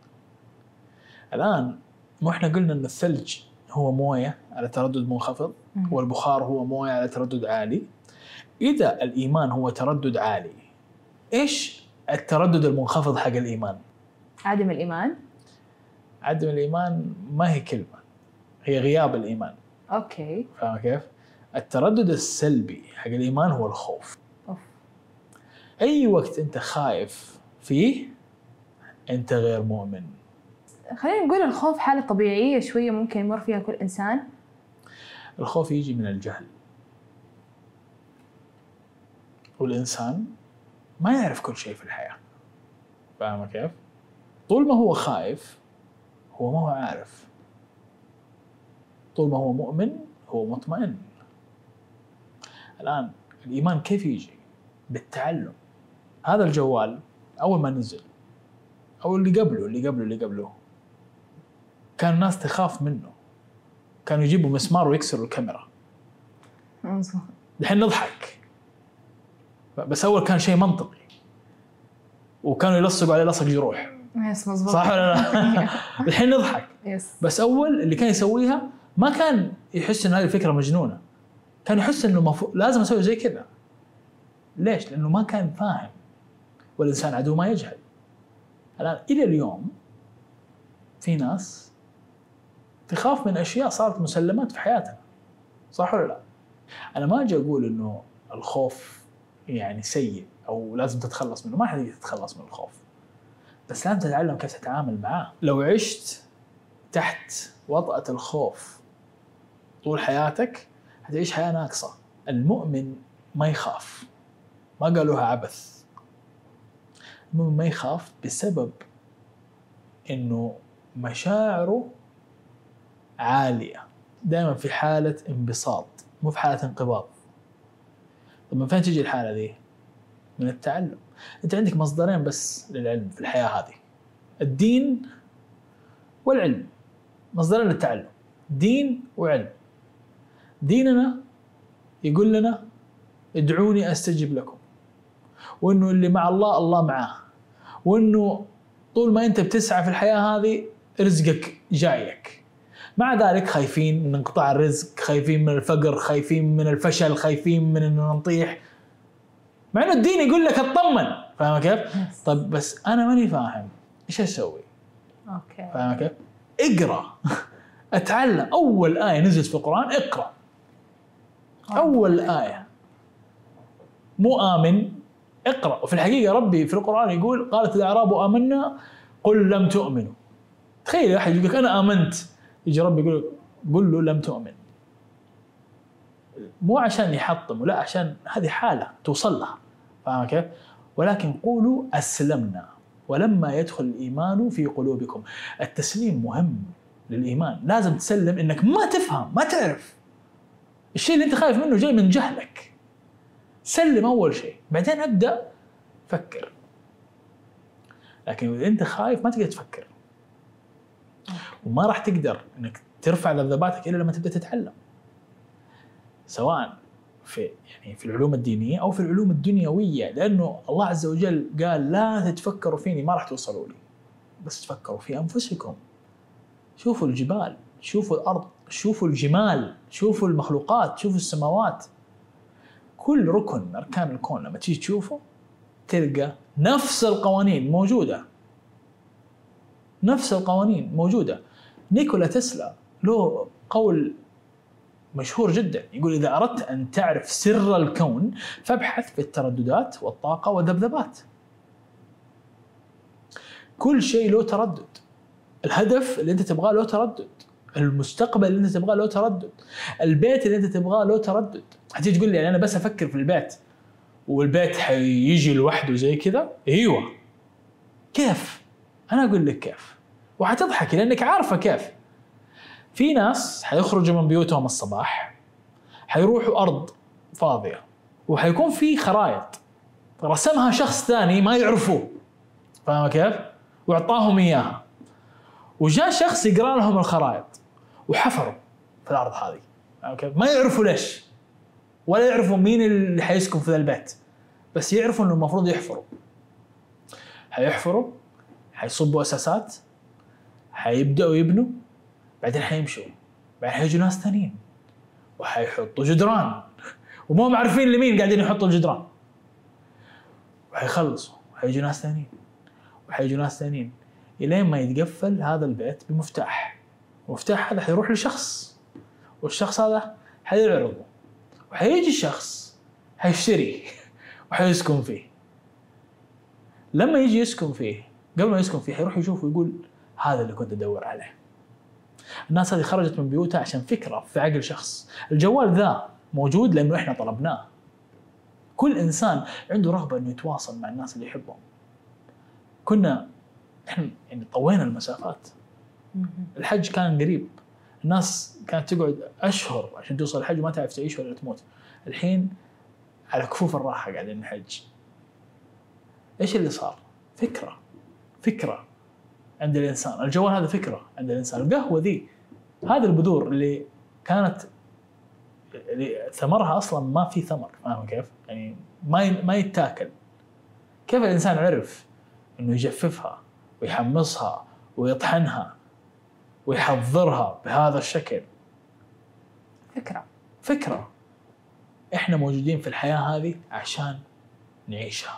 الآن مو إحنا قلنا إن الثلج هو موية على تردد منخفض والبخار هو موية على تردد عالي. إذا الإيمان هو تردد عالي، إيش التردد المنخفض حق الإيمان؟ عدم الإيمان. عدم الإيمان ما هي كلمة، هي غياب الإيمان. أوكي. فاهم كيف؟ التردد السلبي حق الإيمان هو الخوف. أوف. أي وقت أنت خايف فيه أنت غير مؤمن. خلينا نقول الخوف حالة طبيعية شوية ممكن يمر فيها كل إنسان. الخوف يجي من الجهل، والإنسان ما يعرف كل شيء في الحياة. فاهم كيف؟ طول ما هو خايف هو ما هو عارف، طول ما هو مؤمن هو مطمئن. الآن الإيمان كيف يجي؟ بالتعلم. هذا الجوال أول ما نزل أو اللي قبله اللي قبله اللي قبله كان الناس تخاف منه، كانوا يجيبوا مسمار ويكسروا الكاميرا. الحين نضحك، بس أول كان شيء منطقي وكانوا يلصقوا عليه لصق جروح. يس مزبوط. صح ولا لا؟ الحين نضحك. يس. بس أول اللي كان يسويها ما كان يحس إن هذه الفكرة مجنونة، كان يحس إنه مفو... لازم أسوي زي كذا. ليش؟ لأنه ما كان فاهم، والإنسان عدو ما يجهل. الآن إلى اليوم في ناس تخاف من أشياء صارت مسلمات في حياتنا. صح ولا لا؟ أنا ما أجي أقول إنه الخوف يعني سيء أو لازم تتخلص منه، ما حد يتخلص من الخوف، بس لازم تتعلم كيف تتعامل معاه. لو عشت تحت وطأة الخوف طول حياتك هتعيش حياة ناقصة. المؤمن ما يخاف، ما قالوها عبث. المؤمن ما يخاف بسبب إنه مشاعره عالية، دائما في حالة انبساط مو في حالة انقباض. طب من فين تجي الحالة دي؟ من التعلم. أنت عندك مصدرين بس للعلم في الحياة هذه، الدين والعلم. مصدرين للتعلم، دين وعلم. ديننا يقول لنا ادعوني أستجب لكم، وإنه اللي مع الله الله معاه، وإنه طول ما أنت بتسعى في الحياة هذه رزقك جايك. مع ذلك خايفين من انقطاع الرزق، خايفين من الفقر، خايفين من الفشل، خايفين من إنه نطيح، مع إنه الدين يقول لك اطمن. فاهم كيف؟ طيب بس أنا ماني فاهم إيش أسوي؟ أوكي. فاهم كيف؟ اقرأ. أتعلم. أول آية نزلت في القرآن اقرأ. أول آية مو آمن، اقرأ. وفي الحقيقة ربي في القرآن يقول قالت الأعراب آمنا قل لم تؤمنوا. تخيل أحد يقول لك أنا آمنت، يجي ربي يقول قل له لم تؤمن. مو عشان يحطم، لا، عشان هذه حالة توصل لها. فاهم كيف؟ ولكن قولوا أسلمنا ولما يدخل الإيمان في قلوبكم. التسليم مهم للإيمان. لازم تسلم إنك ما تفهم، ما تعرف الشيء اللي أنت خايف منه جاي من جهلك. سلم أول شيء، بعدين أبدأ فكر. لكن إذا أنت خايف ما تقدر تفكر، وما راح تقدر إنك ترفع ذبذباتك إلا لما تبدأ تتعلم، سواء في يعني في العلوم الدينية أو في العلوم الدنيوية. لأنه الله عز وجل قال لا تتفكروا فيني ما راح توصلوا لي، بس تفكروا في أنفسكم. شوفوا الجبال، شوفوا الأرض، شوفوا الجمال، شوفوا المخلوقات، شوفوا السماوات. كل ركن من أركان الكون لما تيجي تشوفه تلقى نفس القوانين موجودة، نفس القوانين موجودة. نيكولا تسلا له قول مشهور جدا يقول إذا أردت أن تعرف سر الكون فابحث في الترددات والطاقة والذبذبات. كل شيء له تردد. الهدف اللي أنت تبغاه له تردد، المستقبل اللي أنت تبغاه له تردد، البيت اللي أنت تبغاه له تردد. هتيجي تقول لي يعني أنا بس أفكر في البيت والبيت حيجي لوحده زي كذا؟ أيوة، كيف؟ انا اقول لك كيف، وحتضحكي لانك عارفه كيف. في ناس حيخرجوا من بيوتهم الصباح، حيروحوا ارض فاضيه وحيكون في خرائط رسمها شخص ثاني ما يعرفوه، فاهم كيف؟ واعطاهم اياها، وجاء شخص يقرا لهم الخرائط وحفروا في الارض هذه، فاهم كيف؟ ما يعرفوا ليش ولا يعرفوا مين اللي حيسكن في ذا البيت، بس يعرفوا انه المفروض يحفروا. حيحفروا، حيصبوا اساسات، حيبداوا يبنوا، بعدين حيمشوا، بعدين حيجوا ناس ثانيين وحيحطوا جدران وما هم عارفين لمين قاعدين يحطوا الجدران، وحيخلصوا وحيجوا ناس ثانيين وحيجوا ناس ثانيين الين ما يتقفل هذا البيت بمفتاح. المفتاح هذا حيروح لشخص، والشخص هذا حيعرضه، وحيجي الشخص حيشتري وحيسكن فيه. لما يجي يسكن فيه، قبل ما يسكن فيه حيروح يشوف ويقول هذا اللي كنت ادور عليه. الناس هذه خرجت من بيوتها عشان فكرة في عقل شخص. الجوال ذا موجود لأنه إحنا طلبناه. كل إنسان عنده رغبة إنه يتواصل مع الناس اللي يحبهم. كنا إحنا يعني طوينا المسافات. الحج كان قريب، الناس كانت تقعد أشهر عشان توصل الحج وما تعرف تعيش ولا تموت. الحين على كفوف الراحة قاعدين نحج. إيش اللي صار؟ فكرة فكرة عند الإنسان. الجوال هذا فكرة عند الإنسان. القهوة ذي، هذه البذور اللي كانت اللي ثمرها أصلا ما في ثمر، فاهم كيف؟ يعني ما ما يتاكل. كيف الإنسان عرف إنه يجففها ويحمصها ويطحنها ويحضرها بهذا الشكل؟ فكرة فكرة. إحنا موجودين في الحياة هذه عشان نعيشها.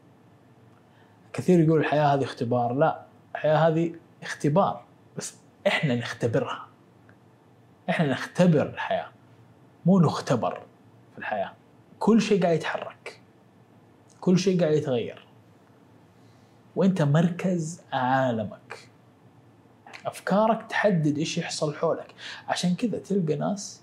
كثير يقول الحياة هذه اختبار. لا، الحياة هذه اختبار بس إحنا نختبرها. إحنا نختبر الحياة مو نختبر في الحياة. كل شيء قاعد يتحرك، كل شيء قاعد يتغير، وإنت مركز عالمك. أفكارك تحدد إيش يحصل حولك. عشان كذا تلقى ناس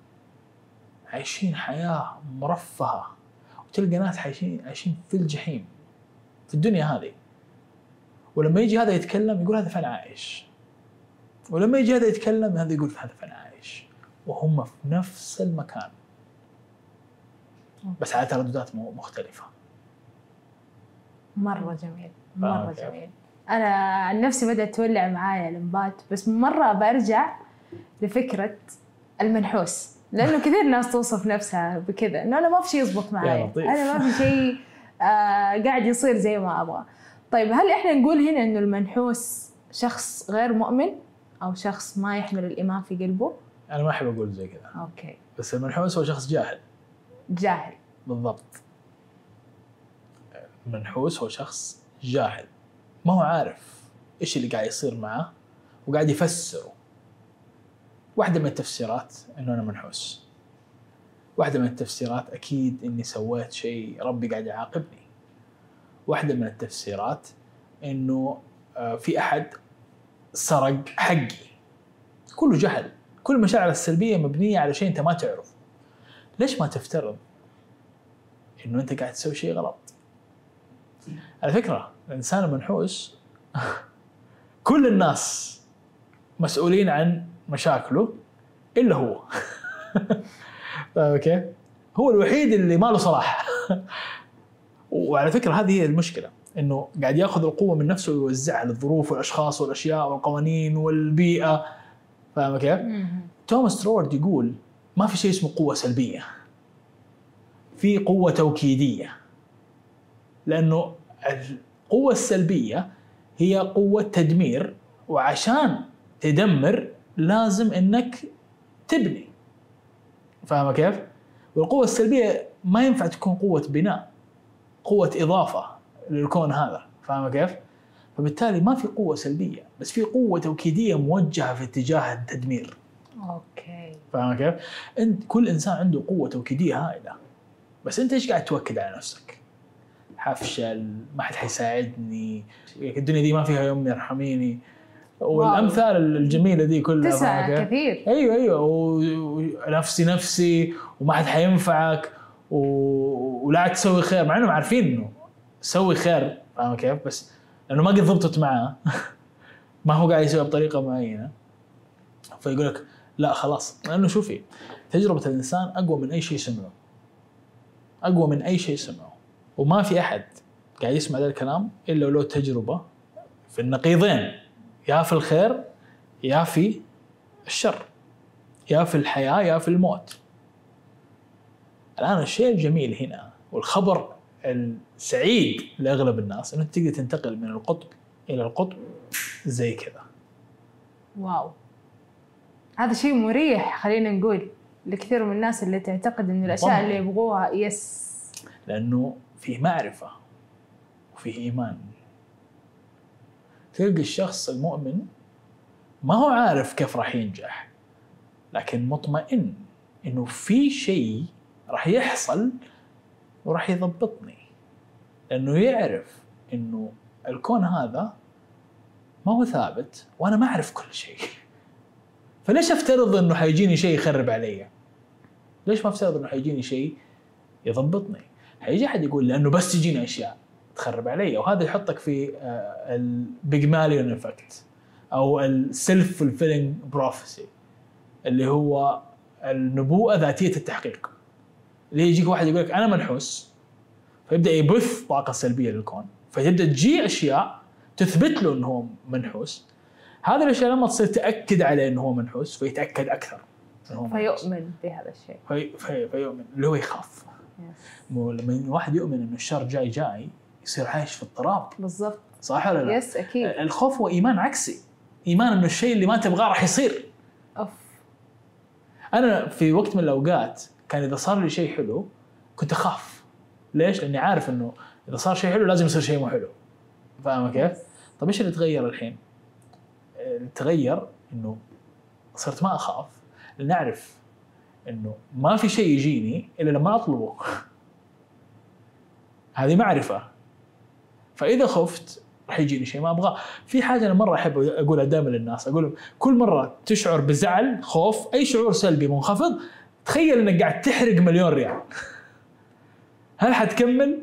عايشين حياة مرفهة، وتلقى ناس عايشين عايشين في الجحيم في الدنيا هذه. ولما يجي هذا يتكلم يقول هذا فأنا عايش، ولما يجي هذا يتكلم هذا يقول هذا فأنا عايش، وهم في نفس المكان بس على ترددات مختلفة. مرة جميل، مرة جميل. أنا عن نفسي بدأت تولع معايا الانبات، بس مرة برجع لفكرة المنحوس، لأنه كثير ناس توصف نفسها بكذا، إنه أنا ما في شيء يزبط معايا، أنا ما في شيء آه قاعد يصير زي ما أبغى. طيب هل إحنا نقول هنا إنه المنحوس شخص غير مؤمن أو شخص ما يحمل الإيمان في قلبه؟ أنا ما أحب أقول زي كذا. أوكي. بس المنحوس هو شخص جاهل. جاهل. بالضبط. المنحوس هو شخص جاهل، ما هو عارف إيش اللي قاعد يصير معه وقاعد يفسره. واحدة من التفسيرات إنه أنا منحوس. واحدة من التفسيرات أكيد إني سويت شيء ربي قاعد يعاقبني. واحدة من التفسيرات إنه في أحد سرق حقي. كله جهل. كل المشاعر السلبية مبنية على شيء أنت ما تعرف. ليش ما تفترض إنه أنت قاعد تسوي شيء غلط؟ على فكرة الإنسان المنحوس كل الناس مسؤولين عن مشاكله إلا هو. أوكي؟ هو الوحيد اللي ما له صلاح. وعلى فكرة هذه هي المشكلة، إنه قاعد يأخذ القوة من نفسه ويوزعها للظروف والأشخاص والأشياء والقوانين والبيئة. فاهم كيف؟ توماس تروارد يقول ما في شيء اسمه قوة سلبية، في قوة توكيدية. لأنه القوة السلبية هي قوة تدمير، وعشان تدمر لازم إنك تبني. فاهم كيف؟ والقوة السلبية ما ينفع تكون قوة بناء، قوة إضافة للكون هذا. فاهم كيف؟ فبالتالي ما في قوة سلبية، بس في قوة توكيدية موجهة في اتجاه التدمير. أوكي. فاهم كيف؟ أنت كل إنسان عنده قوة توكيدية هائلة، بس أنت إيش قاعد توكد على نفسك؟ حفشل، ما حد حيساعدني، الدنيا دي ما فيها يوم يرحميني، والأمثال الجميلة دي كلها. تسعة كثير. أيوة أيوة، ونفسي نفسي وما حد حينفعك و... ولا تسوي خير، مع إنهم عارفين إنه سوي خير. فاهم كيف؟ بس لانه ما قد ضبطت معاه ما هو قاعد يسويها بطريقه معينه، فيقول لك لا خلاص. لانه شوفي تجربه الانسان اقوى من اي شيء سمعه، اقوى من اي شيء سمعه، وما في احد قاعد يسمع ذا الكلام الا له تجربه في النقيضين، يا في الخير يا في الشر، يا في الحياه يا في الموت. الان الشيء الجميل هنا والخبر السعيد لاغلب الناس انه تقدر تنتقل من القطب الى القطب زي كذا. واو، هذا شيء مريح خلينا نقول لكثير من الناس اللي تعتقد انه الاشياء اللي يبغوها يس، لانه فيه معرفه وفيه ايمان. تلقى الشخص المؤمن ما هو عارف كيف راح ينجح، لكن مطمئن انه في شيء راح يحصل وراح يضبطني، لانه يعرف انه الكون هذا ما هو ثابت وانا ما اعرف كل شيء. فليش افترض انه حيجيني شيء يخرب علي؟ ليش ما افترض انه حيجيني شيء يضبطني؟ حيجي احد يقول لانه بس تجيني اشياء تخرب علي، وهذا يحطك في البيجماليون افكت او السيلف فولفيلينج بروفيسي، اللي هو النبوءه ذاتيه التحقيق. اللي يجيك واحد يقول لك انا منحوس، فيبدا يبث طاقه سلبيه للكون، فتبدا تجي اشياء تثبت له انه هو منحوس. هذه الاشياء لما تصير تاكد عليه انه هو منحوس فيتاكد اكثر انه هو منحوس، فيؤمن بهذا الشيء، في في فيؤمن، اللي هو يخاف. مو لما الواحد يؤمن انه الشر جاي جاي يصير عايش في اضطراب. بالضبط، صح ولا لا؟ يس اكيد. الخوف هو ايمان عكسي، ايمان انه الشيء اللي ما تبغاه راح يصير. اوف. انا في وقت من الاوقات كان اذا صار لي شيء حلو كنت اخاف. ليش؟ لاني عارف انه اذا صار شيء حلو لازم يصير شيء مو حلو. فاهمه كيف؟ طيب ايش اللي تغير الحين؟ تغير انه صرت ما اخاف، لان اعرف انه ما في شيء يجيني الا لما اطلبه. هذه معرفه. فاذا خفت راح يجيني شيء ما ابغاه. في حاجه انا مره احب اقولها دائما للناس، اقول لهم كل مره تشعر بزعل، خوف، اي شعور سلبي منخفض، تخيل انك قاعد تحرق مليون ريال. هل حتكمل؟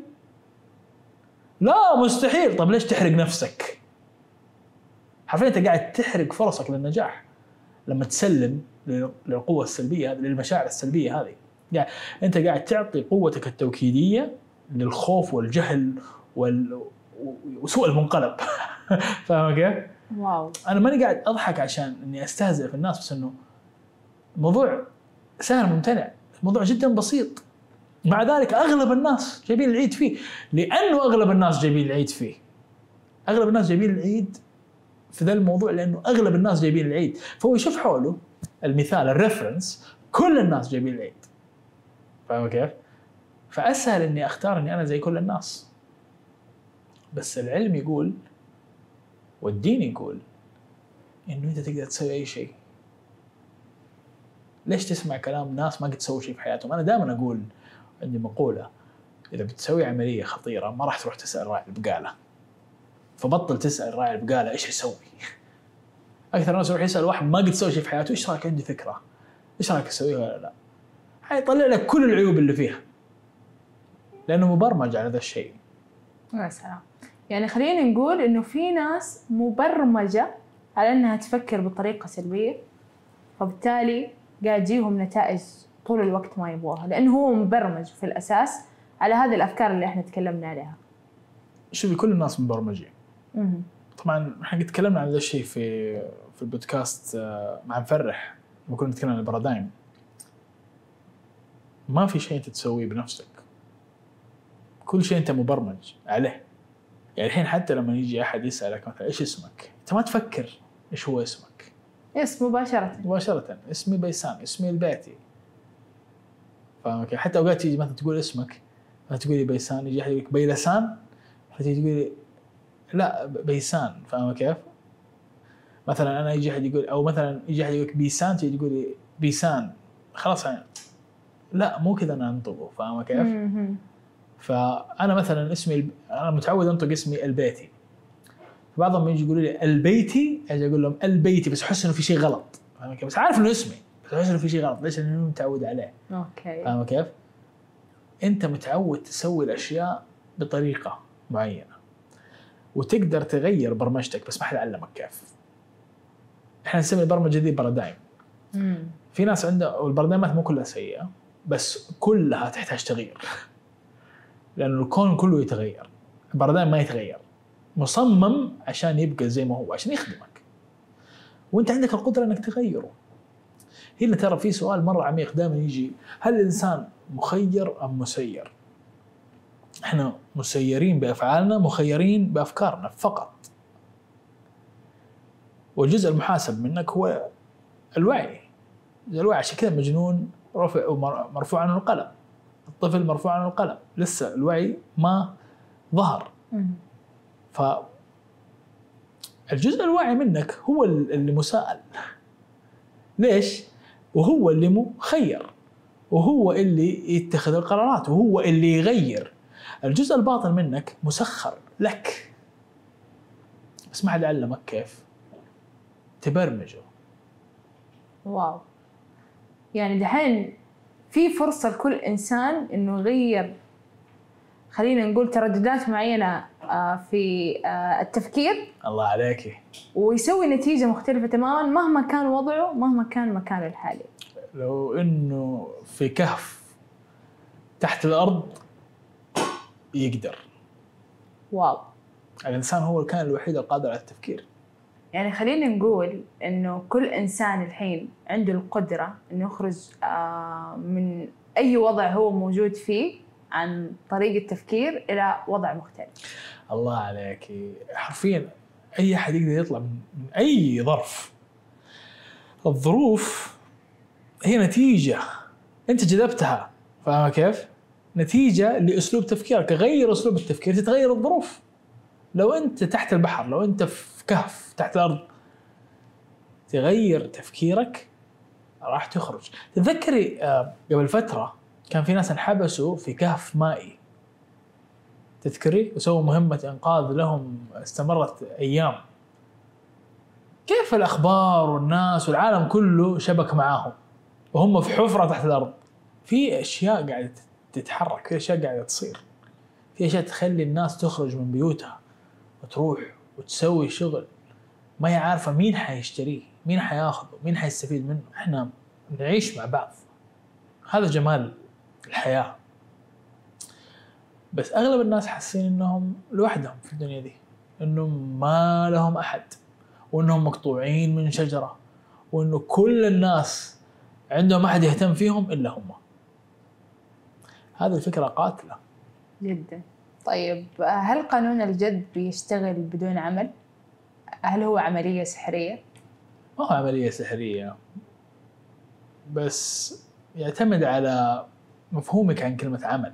لا مستحيل. طب ليش تحرق نفسك؟ حرفيا انت قاعد تحرق فرصك للنجاح لما تسلم للقوه السلبيه هذه، للمشاعر السلبيه هذه. يعني انت قاعد تعطي قوتك التوكيديه للخوف والجهل وال... وسوء المنقلب. فاهم كيف؟ واو. انا ماني قاعد اضحك عشان اني استهزئ في الناس، بس انه الموضوع سهل ممتنع، الموضوع جدا بسيط. مع ذلك اغلب الناس جايبين العيد فيه، لانه اغلب الناس جايبين العيد فيه. اغلب الناس جايبين العيد في ذا الموضوع لانه اغلب الناس جايبين العيد، فهو يشوف حوله المثال الريفرنس كل الناس جايبين العيد. فاهم كيف؟ فاسهل اني اختار اني انا زي كل الناس. بس العلم يقول والدين يقول انه انت تقدر تسوي اي شيء. ليش تسمع كلام ناس ما قد سووا شيء في حياتهم؟ انا دائما اقول، عندي مقوله، اذا بتسوي عمليه خطيره ما راح تروح تسال راعي البقاله، فبطل تسال راعي البقاله ايش يسوي. اكثر الناس يروح يسال واحد ما قد سوى شيء في حياته ايش رايك، عندي فكره، ايش رايك اسويها ولا لا؟ حيطلع لك كل العيوب اللي فيها، لانه مبرمج على ذا الشيء. يا سلام. يعني خلينا نقول انه في ناس مبرمجه على انها تفكر بطريقه سلبيه، فبالتالي قاعد يجيهم نتائج طول الوقت ما يبغاها، لانه هو مبرمج في الاساس على هذه الافكار اللي احنا تكلمنا عليها. شوفي كل الناس مبرمجين. امم طبعا احنا تكلمنا عن هذا الشيء في في البودكاست مع مفرح لما كنا نتكلم عن البارادايم. ما في شيء انت تسويه بنفسك، كل شيء انت مبرمج عليه. يعني الحين حتى لما يجي احد يسالك مثلا ايش اسمك، انت ما تفكر ايش هو اسمك، يس مباشره مباشره اسمي بيسان، اسمي البيتي. فاهمك؟ حتى اوقات تيجي مثلا تقول اسمك، تقولي بيسان، يجي احد يقول لك بيلسان، فتيجي تقولي لا بيسان. فاهمه كيف؟ مثلا انا يجي احد يقول، او مثلا يجي احد يقول لك بيسان، تيجي تقولي بيسان، خلاص يعني لا مو كذا انا انطقه. فاهمه كيف؟ فانا مثلا اسمي، انا متعود انطق اسمي البيتي، بعضهم يجي يقولوا لي البيتي، اجي اقول لهم البيتي بس احس انه في شيء غلط. فاهمه كيف؟ بس عارف انه اسمي بس احس انه في شيء غلط. ليش؟ لانه متعود عليه. اوكي. فاهمه كيف؟ انت متعود تسوي الاشياء بطريقه معينه، وتقدر تغير برمجتك، بس ما حد علمك كيف. احنا نسمي البرمجه دي بارادايم. في ناس عنده البارادايمات مو كلها سيئه، بس كلها تحتاج تغيير، لانه الكون كله يتغير. البارادايم ما يتغير، مصمم عشان يبقى زي ما هو، عشان يخدمك، وانت عندك القدره انك تغيره. هنا ترى في سؤال مره عميق دائما يجي: هل الانسان مخير ام مسير؟ احنا مسيرين بافعالنا، مخيرين بافكارنا فقط. والجزء المحاسب منك هو الوعي. الوعي عشان كذا مجنون رفع مرفوع عنه القلم، الطفل مرفوع عنه القلم، لسه الوعي ما ظهر. ف الجزء الواعي منك هو اللي مسائل. ليش؟ وهو اللي مخير، وهو اللي يتخذ القرارات، وهو اللي يغير. الجزء الباطن منك مسخر لك، بس ما حد علمك كيف تبرمجه. واو، يعني دحين في فرصة لكل إنسان إنه يغير، خلينا نقول ترددات معينة في التفكير. الله عليكي. ويسوي نتيجة مختلفة تماماً مهما كان وضعه، مهما كان مكانه الحالي. لو إنه في كهف تحت الأرض يقدر. واو. الإنسان هو الكائن الوحيد القادر على التفكير. يعني خلينا نقول إنه كل إنسان الحين عنده القدرة إنه يخرج من أي وضع هو موجود فيه عن طريق التفكير إلى وضع مختلف. الله عليك، حرفيا أي أحد يقدر يطلع من أي ظرف. الظروف هي نتيجة أنت جذبتها، فاهمة كيف؟ نتيجة لأسلوب تفكيرك. غير أسلوب التفكير تتغير الظروف. لو أنت تحت البحر، لو أنت في كهف تحت الأرض، تغير تفكيرك راح تخرج. تذكري قبل فترة كان في ناس انحبسوا في كهف مائي، تذكري؟ وسووا مهمة إنقاذ لهم استمرت أيام. كيف الأخبار والناس والعالم كله شبك معاهم وهم في حفرة تحت الأرض؟ في أشياء قاعدة تتحرك، في أشياء قاعدة تصير، في أشياء تخلي الناس تخرج من بيوتها وتروح وتسوي شغل ما هي عارفة مين حيشتريه، مين حياخذه، مين حيستفيد منه. إحنا نعيش مع بعض، هذا جمال الحياة. بس أغلب الناس حاسين إنهم لوحدهم في الدنيا دي، إنهم ما لهم أحد، وإنهم مقطوعين من شجرة، وإنه كل الناس عندهم أحد يهتم فيهم إلا هم. هذه الفكرة قاتلة جدا. طيب، هل قانون الجذب بيشتغل بدون عمل؟ هل هو عملية سحرية؟ ما هو عملية سحرية، بس يعتمد على مفهومك عن كلمة عمل.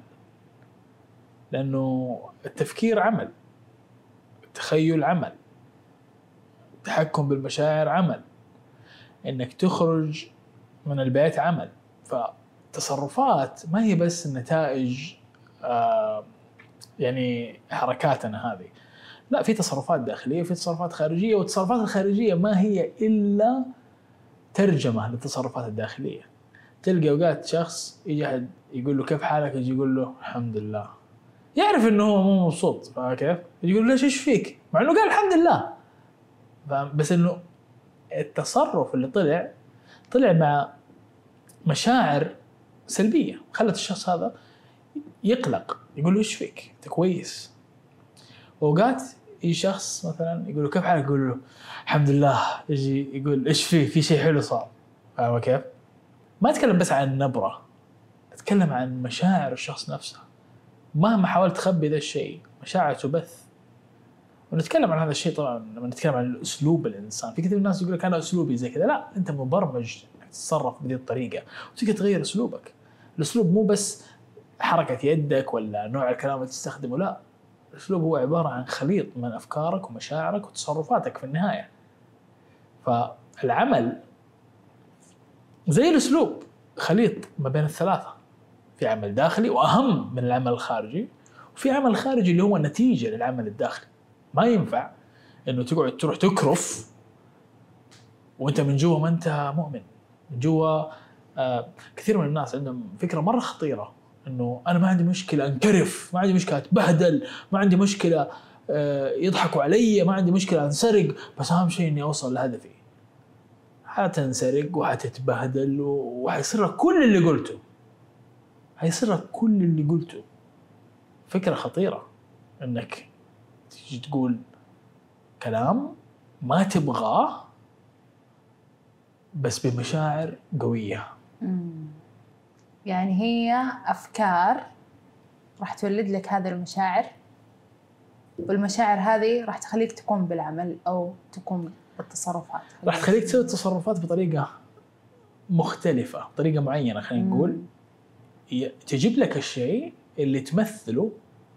لأنه التفكير عمل، التخيل عمل، التحكم بالمشاعر عمل، إنك تخرج من البيت عمل. فالتصرفات ما هي بس النتائج آه يعني حركاتنا هذه، لا، في تصرفات داخلية، في تصرفات خارجية، والتصرفات الخارجية ما هي إلا ترجمة للتصرفات الداخلية. تلقى أوقات شخص يجي أحد يقول له كيف حالك، يجي يقول له الحمد لله، يعرف إنه هو مو مبسوط، فكيف يقول ليش إيش فيك، مع إنه قال الحمد لله. بس إنه التصرف اللي طلع طلع مع مشاعر سلبية خلت الشخص هذا يقلق، يقول له إيش فيك، أنت كويس. وأوقات يجي شخص مثلا يقول له كيف حالك، يقول له الحمد لله، يجي يقول إيش فيه، في شيء حلو صار. فاهم كيف؟ ما أتكلم بس عن النبرة، أتكلم عن مشاعر الشخص نفسها. مهما حاولت تخبي ذا الشيء، مشاعر تبث. ونتكلم عن هذا الشيء طبعا لما نتكلم عن أسلوب الإنسان. في كثير من الناس يقول لك أنا أسلوبي زي كذا، لا، أنت مبرمج إنك تتصرف بهذه الطريقة، وتقدر تغير أسلوبك. الأسلوب مو بس حركة يدك ولا نوع الكلام اللي تستخدمه، لا، الأسلوب هو عبارة عن خليط من أفكارك ومشاعرك وتصرفاتك في النهاية. فالعمل زي الأسلوب، خليط ما بين الثلاثة. في عمل داخلي وأهم من العمل الخارجي، وفي عمل خارجي اللي هو نتيجة للعمل الداخلي. ما ينفع إنه تقعد تروح تكرف وأنت من جوا ما أنت مؤمن. من جوا آه كثير من الناس عندهم فكرة مرة خطيرة، إنه أنا ما عندي مشكلة أنكرف، ما عندي مشكلة أتبهدل، ما عندي مشكلة يضحكوا علي ما عندي مشكلة أنسرق، بس أهم شيء إني أوصل لهدفي. حتنسرق وحتتبهدل وحيصير كل اللي قلته، حيصير كل اللي قلته. فكرة خطيرة إنك تيجي تقول كلام ما تبغاه بس بمشاعر قوية. مم. يعني هي أفكار راح تولد لك هذه المشاعر، والمشاعر هذه راح تخليك تقوم بالعمل أو تقوم بالتصرفات، راح تخليك تسوي التصرفات بطريقة مختلفة، طريقة معينة. خلينا نقول تجيب لك الشيء اللي تمثله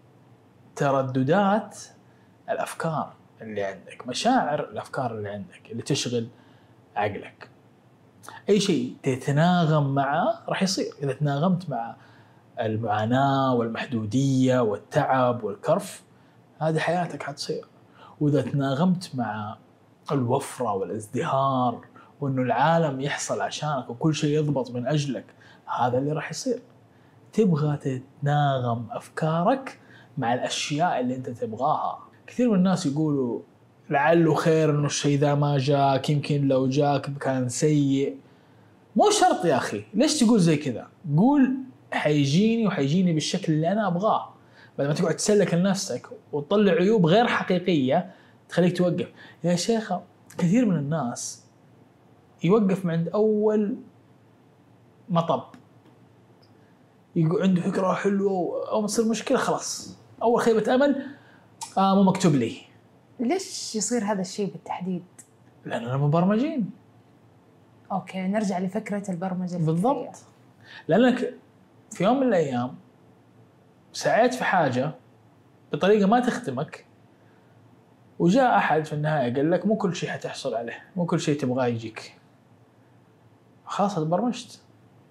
ترددات الأفكار اللي عندك، مشاعر الأفكار اللي عندك اللي تشغل عقلك. أي شيء تتناغم معه راح يصير. إذا تناغمت مع المعاناة والمحدودية والتعب والكرف، هذه حياتك حتصير. وإذا تناغمت مع الوفرة والازدهار وإنه العالم يحصل عشانك وكل شيء يضبط من أجلك، هذا اللي راح يصير. تبغى تتناغم أفكارك مع الأشياء اللي أنت تبغاها. كثير من الناس يقولوا لعله خير إنه الشيء ذا ما جاك، يمكن لو جاك كان سيء. مو شرط يا أخي، ليش تقول زي كذا؟ قول حيجيني وحيجيني بالشكل اللي أنا أبغاه، بدل ما تقعد تسلك لنفسك وتطلع عيوب غير حقيقية تخليك توقف. يا شيخة كثير من الناس يوقف عند أول مطب، يقول عنده فكرة حلوة أو تصير مشكلة خلاص أول خيبة أمل، آه مو مكتوب لي. ليش يصير هذا الشيء بالتحديد؟ لأننا مبرمجين. أوكي نرجع لفكرة البرمجة الفكرية. بالضبط. لأنك في يوم من الأيام سعيت في حاجة بطريقة ما تخدمك، وجاء أحد في النهاية قال لك مو كل شيء حتحصل عليه، مو كل شيء تبغاه يجيك، خلاص تبرمجت.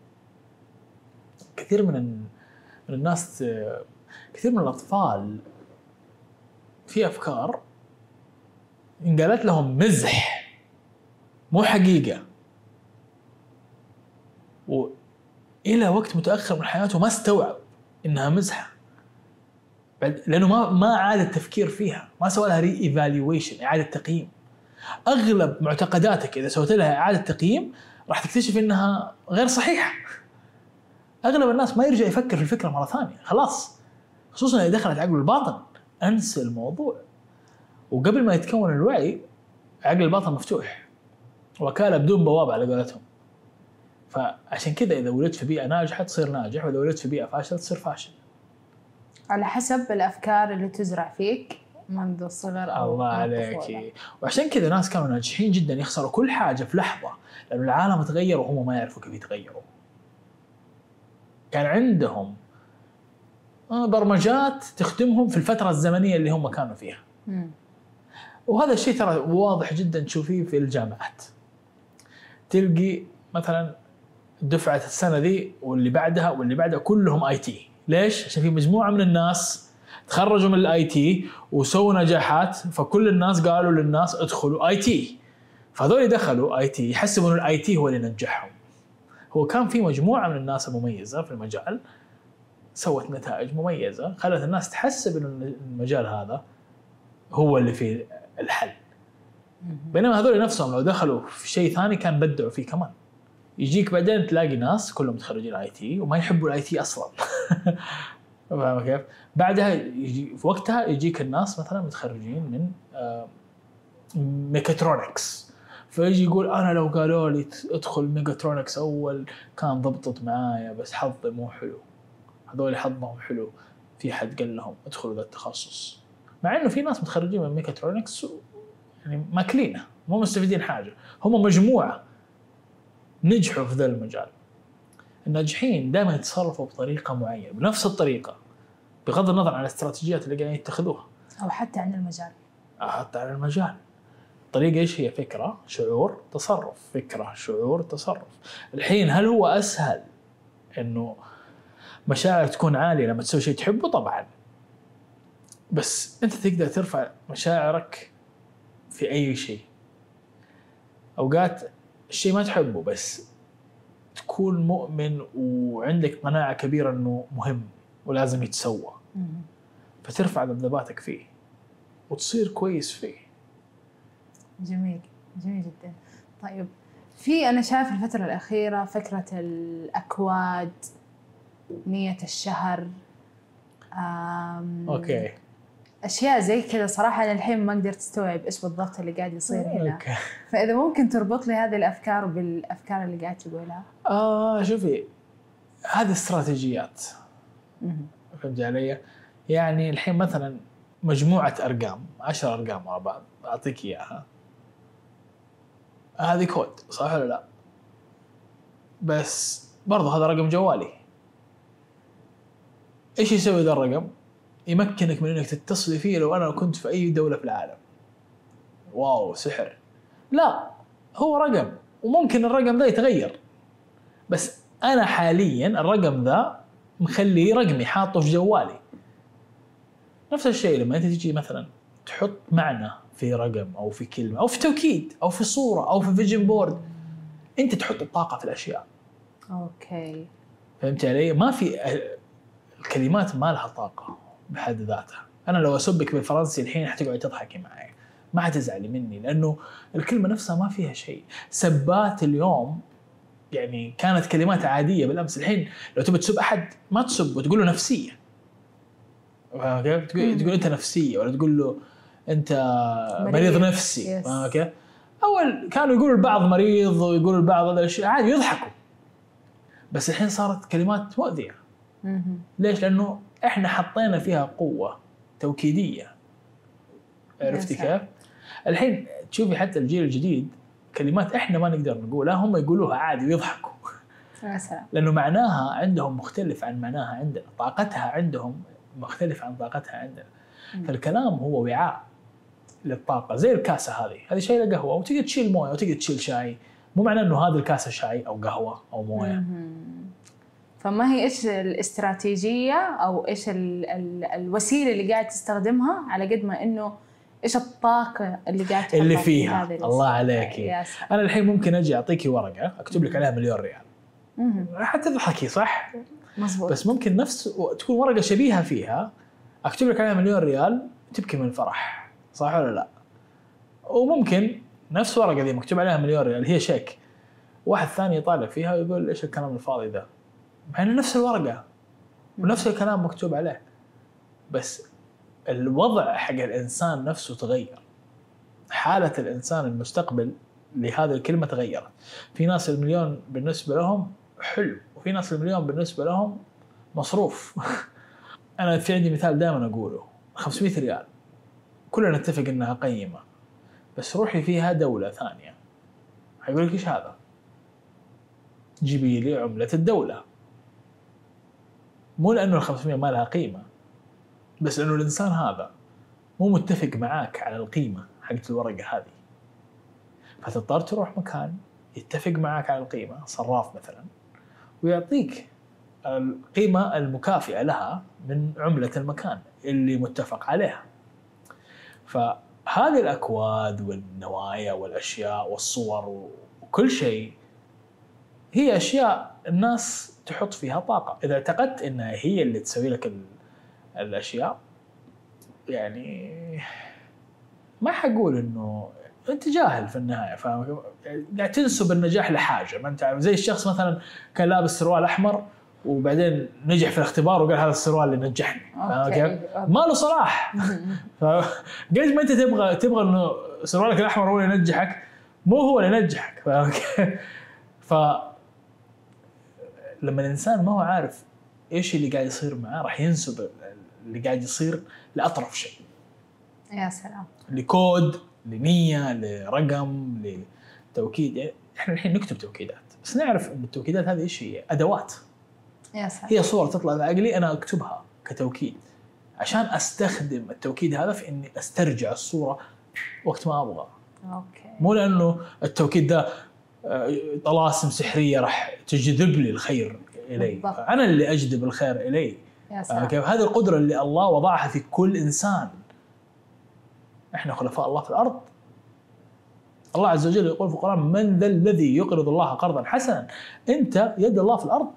كثير من من الناس، كثير من الأطفال في أفكار إن قالت لهم مزح مو حقيقة، وإلى وقت متأخر من حياته ما استوعب إنها مزحة، لأنه ما ما عاد التفكير فيها، ما سوى لها ري إيفاليويشن، إعادة تقييم. أغلب معتقداتك إذا سويت لها إعادة تقييم راح تكتشف إنها غير صحيحة. أغلب الناس ما يرجع يفكر في الفكرة مرة ثانية، خلاص، خصوصاً إذا دخلت عقل الباطن، أنسى الموضوع. وقبل ما يتكون الوعي عقل الباطن مفتوح، وكالة بدون بوابة على قولتهم. فعشان كذا إذا ولدت في بيئة ناجحة تصير ناجح، وإذا ولدت في بيئة فاشلة تصير فاشل، على حسب الأفكار اللي تزرع فيك منذ الصغر أو الله عليك. وعشان كذا ناس كانوا ناجحين جدا يخسروا كل حاجة في لحظة، لأن العالم تغير وهم ما يعرفوا كيف يتغيروا. كان عندهم برمجات تخدمهم في الفترة الزمنية اللي هم كانوا فيها. م. وهذا الشيء ترى واضح جدا تشوفيه في الجامعات. تلقي مثلا دفعة السنة دي واللي بعدها واللي بعدها كلهم آي تي. ليش؟ عشان في مجموعة من الناس تخرجوا من الآي تي وسووا نجاحات، فكل الناس قالوا للناس ادخلوا آي تي، فهذول دخلوا آي تي يحسبوا إنه الآي تي هو اللي نجحهم. هو كان في مجموعة من الناس المميزة في المجال سوت نتائج مميزة خلت الناس تحسب إنه المجال هذا هو اللي فيه الحل، بينما هذول نفسهم لو دخلوا في شيء ثاني كان بدعوا فيه كمان. يجيك بعدين تلاقي ناس كلهم متخرجين آي تي وما يحبوا الآي تي أصلاً. فاهم كيف؟ بعدها يجي في وقتها يجيك الناس مثلاً متخرجين من ميكاترونكس، فيجي يقول أنا لو قالوا لي أدخل ميكاترونكس أول كان ضبطت معايا، بس حظي مو حلو، هذول حظهم حلو، في حد قال لهم ادخلوا ذا التخصص، مع إنه في ناس متخرجين من ميكاترونكس يعني ماكلينه مو مستفيدين حاجة، هم مجموعة نجحوا في ذا المجال. الناجحين دائما يتصرفوا بطريقة معينة بنفس الطريقة بغض النظر عن الاستراتيجيات اللي قاعدين يتخذوها، أو حتى عن المجال. حتى عن المجال. الطريقة إيش هي؟ فكرة شعور تصرف، فكرة شعور تصرف. الحين هل هو أسهل إنه مشاعر تكون عالية لما تسوي شيء تحبه؟ طبعا، بس أنت تقدر ترفع مشاعرك في أي شيء. أوقات الشيء ما تحبه بس تكون مؤمن وعندك قناعة كبيرة إنه مهم ولازم يتسوى، فترفع ذبذباتك فيه. وتصير كويس فيه. جميل جميل جدا. طيب في أنا شايف الفترة الأخيرة فكرة الأكواد، نية الشهر، أوكي أشياء زي كذا. صراحة أنا الحين ما قدرت أستوعب إيش بالضبط اللي قاعد يصير هنا. أوكي. فإذا ممكن تربط لي هذه الأفكار بالأفكار اللي قاعد تقولها. آه شوفي، هذه استراتيجيات. فهمت علي؟ يعني الحين مثلا مجموعة أرقام، عشر أرقام مع بعض أعطيك إياها، هذه كود صح ولا لا؟ بس برضه هذا رقم جوالي. إيش يسوي ذا الرقم؟ يمكنك من إنك تتصلي فيه لو أنا كنت في أي دولة في العالم. واو سحر. لا، هو رقم وممكن الرقم ذا يتغير، بس أنا حاليا الرقم ذا مخليه رقمي حاطه في جوالي. نفس الشيء لما أنت تيجي مثلا تحط معنى في رقم أو في كلمة أو في توكيد أو في صورة أو في فيجن بورد، أنت تحط الطاقة في الأشياء. أوكي. فهمت علي؟ ما في الكلمات ما لها طاقة بحد ذاتها. أنا لو أسبك بالفرنسي الحين حتقعد تضحكي معي، ما حتزعلي مني، لأنه الكلمة نفسها ما فيها شيء. سبات اليوم يعني كانت كلمات عادية بالأمس، الحين لو تبي تسب أحد ما تسب وتقول له نفسية. كيف تقول؟ تقول أنت نفسية ولا تقول له أنت مريض نفسي. كيف؟ أول كانوا يقولوا البعض مريض ويقولوا البعض هذا الشيء عادي يضحكوا، بس الحين صارت كلمات مؤذية. ليش؟ لأنه إحنا حطينا فيها قوة توكيدية. عرفتي كيف؟ الحين تشوفي حتى الجيل الجديد كلمات إحنا ما نقدر نقولها هم يقولوها عادي ويضحكوا. لأنه معناها عندهم مختلف عن معناها عندنا، طاقتها عندهم مختلف عن طاقتها عندنا. فالكلام هو وعاء للطاقة، زي الكاسة هذه هذه شاي قهوة وتقدر تشيل موية وتقدر تشيل شاي، مو معناه إنه هذا الكاسة شاي أو قهوة أو موية. فما هي إيش الاستراتيجية أو إيش ال ال الوسيلة اللي قاعد تستخدمها، على قد ما إنه إيش الطاقة اللي قاعد اللي فيها. الله عليكي. أنا الحين ممكن أجي أعطيكي ورقة أكتب لك عليها مليون ريال، حتى تضحكي صح؟ مزبوط. بس ممكن نفس تكون ورقة شبيهة فيها أكتب لك عليها مليون ريال تبكي من الفرح، صح ولا لا؟ وممكن نفس ورقة ذي مكتوب عليها مليون ريال هي شيك، واحد ثاني يطالع فيها ويقول إيش الكلام الفاضي ذا، مع إنه نفس الورقة ونفس الكلام مكتوب عليه، بس الوضع حق الإنسان نفسه تغير. حالة الإنسان المستقبل لهذه الكلمة تغيرت. في ناس المليون بالنسبة لهم حلو، وفي ناس المليون بالنسبة لهم مصروف. أنا في عندي مثال دائما أقوله، خمسمائة ريال كلنا نتفق إنها قيمة، بس روحي فيها دولة ثانية هيقول لك إيش هذا؟ جيبي لي عملة الدولة. مو لأنه الخمسمائة ما لها قيمة، بس لأنه الإنسان هذا مو متفق معاك على القيمة حقت الورقة هذه، فتضطر تروح مكان يتفق معاك على القيمة، صراف مثلا، ويعطيك القيمة المكافئة لها من عملة المكان اللي متفق عليها. فهذه الأكواد والنوايا والأشياء والصور وكل شيء هي أشياء الناس تحط فيها طاقة. إذا اعتقدت إنها هي اللي تسوي لك الأشياء، يعني ما حقول إنه أنت جاهل في النهاية، فاهم؟ لا تنسب النجاح لحاجة، ما أنت عارف. زي الشخص مثلا كان لابس سروال أحمر وبعدين نجح في الاختبار وقال هذا السروال اللي نجحني، فاهم كيف؟ ما له صلاح. فقد ما أنت تبغى تبغى إنه سروالك الأحمر هو اللي ينجحك، مو هو اللي ينجحك، فاهم كيف؟ ف لما الإنسان ما هو عارف إيش اللي قاعد يصير معاه راح ينسب اللي قاعد يصير لأطرف شيء. يا سلام. لكود، لنية، لرقم، لتوكيد. إحنا الحين نكتب توكيدات، بس نعرف إن التوكيدات هذه إيش هي؟ أدوات. يا سلام. هي صورة تطلع في عقلي أنا أكتبها كتوكيد عشان أستخدم التوكيد هذا في إني أسترجع الصورة وقت ما أبغى. أوكي. مو لأنه التوكيد ده طلاسم سحرية راح تجذب لي الخير إلي، بالضبط. أنا اللي أجذب الخير إلي. كيف؟ هذه القدرة اللي الله وضعها في كل إنسان. إحنا خلفاء الله في الأرض. الله عز وجل يقول في القرآن: من ذا الذي يقرض الله قرضا حسنا. أنت يد الله في الأرض.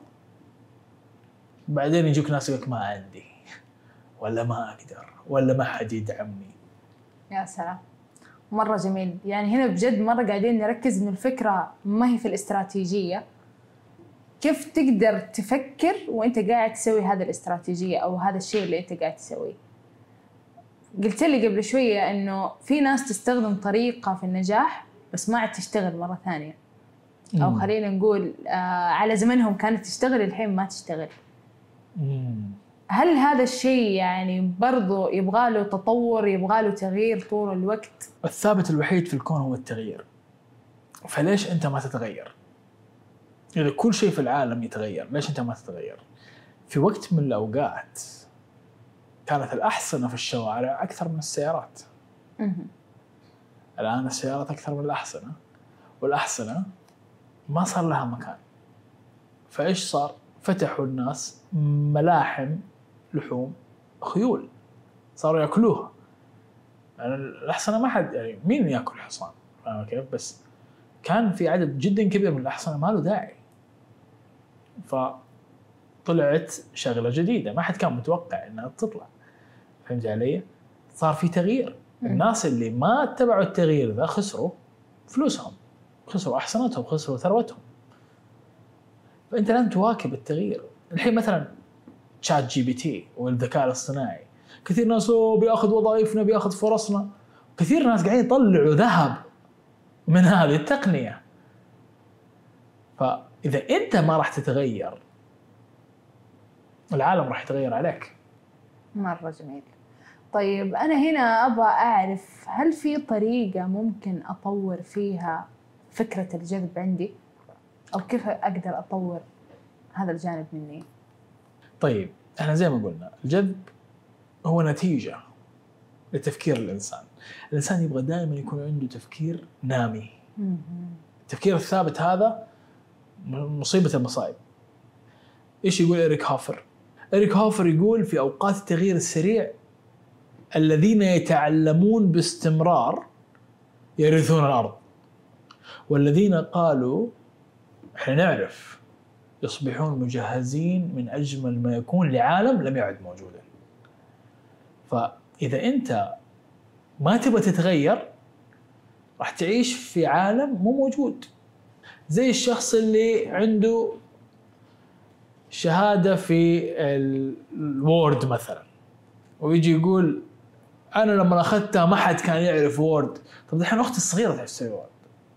بعدين يجوك ناس يقولك ما عندي، ولا ما أقدر، ولا ما حد يدعمني. يا سلام، مرة جميل. يعني هنا بجد مرة قاعدين نركز إنه الفكرة ما هي في الاستراتيجية، كيف تقدر تفكر وانت قاعد تسوي هذا الاستراتيجية او هذا الشيء اللي انت قاعد تسويه. قلت لي قبل شوية انه في ناس تستخدم طريقة في النجاح بس ما عاد تشتغل مرة ثانية، او مم. خلينا نقول آه على زمنهم كانت تشتغل الحين ما تشتغل. مم. هل هذا الشيء يعني برضو يبغى له تطور، يبغى له تغيير طول الوقت؟ الثابت الوحيد في الكون هو التغيير، فليش انت ما تتغير؟ إذا كل شيء في العالم يتغير ليش انت ما تتغير؟ في وقت من الاوقات كانت الاحصنة في الشوارع اكثر من السيارات. مهم. الان السيارات اكثر من الاحصنة، والاحصنة ما صار لها مكان. فايش صار؟ فتحوا الناس ملاحم لحوم خيول صاروا ياكلوها. يعني الاحصنة ما حد، يعني مين ياكل حصان؟ فاهم كيف؟ بس كان في عدد جدا كبير من الأحصنة ما له داعي، فطلعت شغلة جديدة ما حد كان متوقع إنها تطلع. فهمت علي؟ صار في تغيير. الناس اللي ما اتبعوا التغيير ذا خسروا فلوسهم، خسروا أحصنتهم، خسروا ثروتهم. فأنت لازم تواكب التغيير. الحين مثلا شات جي بي تي والذكاء الاصطناعي، كثير ناس بياخذ وظائفنا بياخذ فرصنا، كثير ناس قاعدين يطلعوا ذهب من هذه التقنية. فإذا أنت ما راح تتغير العالم راح يتغير عليك. مرة جميل. طيب أنا هنا أبغى أعرف، هل في طريقة ممكن أطور فيها فكرة الجذب عندي؟ أو كيف أقدر أطور هذا الجانب مني؟ طيب احنا زي ما قلنا الجذب هو نتيجة لتفكير الإنسان. الإنسان يبغى دائما يكون عنده تفكير نامي. التفكير الثابت هذا مصيبة المصائب. إيش يقول إريك هوفر؟ إريك هوفر يقول في أوقات التغيير السريع الذين يتعلمون باستمرار يرثون الأرض، والذين قالوا إحنا نعرف يصبحون مجهزين من أجمل ما يكون لعالم لم يعد موجودا. فإذا أنت ما تبغى تتغير راح تعيش في عالم مو موجود. زي الشخص اللي عنده شهادة في الوورد مثلا ويجي يقول أنا لما أخذتها ما حد كان يعرف وورد. طب الحين أختي الصغيرة تعرف تسوي وورد،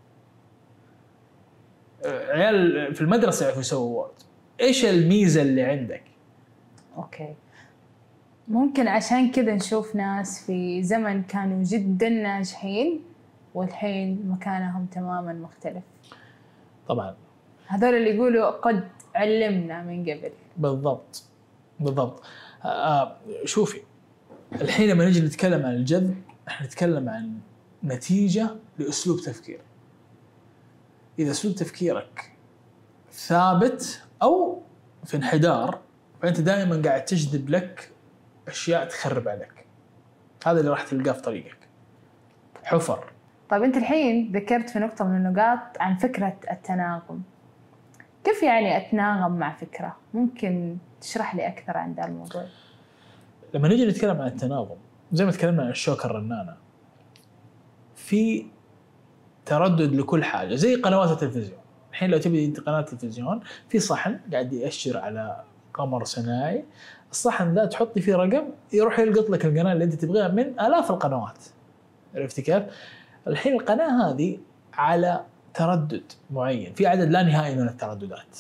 عيال في المدرسة يعرفوا يسووا وورد. إيش الميزة اللي عندك؟ أوكي، ممكن عشان كذا نشوف ناس في زمن كانوا جدا ناجحين والحين مكانهم تماما مختلف. طبعا هذول اللي يقولوا قد علمنا من قبل. بالضبط بالضبط. آه شوفي الحين لما نجي نتكلم عن الجذب احنا نتكلم عن نتيجة لأسلوب تفكير. إذا أسلوب تفكيرك ثابت أو في انحدار فأنت دائما قاعد تجذب لك أشياء تخرب عليك. هذا اللي راح تلقاه في طريقك، حفر. طيب أنت الحين ذكرت في نقطة من النقاط عن فكرة التناغم. كيف يعني أتناغم مع فكرة؟ ممكن تشرح لي أكثر عن ذا الموضوع؟ لما نيجي نتكلم عن التناغم زي ما تكلمنا عن الشوكة الرنانة، في تردد لكل حاجة زي قنوات التلفزيون. الحين لو تبي قناة تلفزيون في صحن قاعد يأشر على قمر صناعي، الصحن ذا تحطي فيه رقم يروح يلقط لك القناة اللي انت تبغيها من آلاف القنوات. عرفتي كيف؟ الحين القناة هذه على تردد معين، في عدد لا نهائي من الترددات،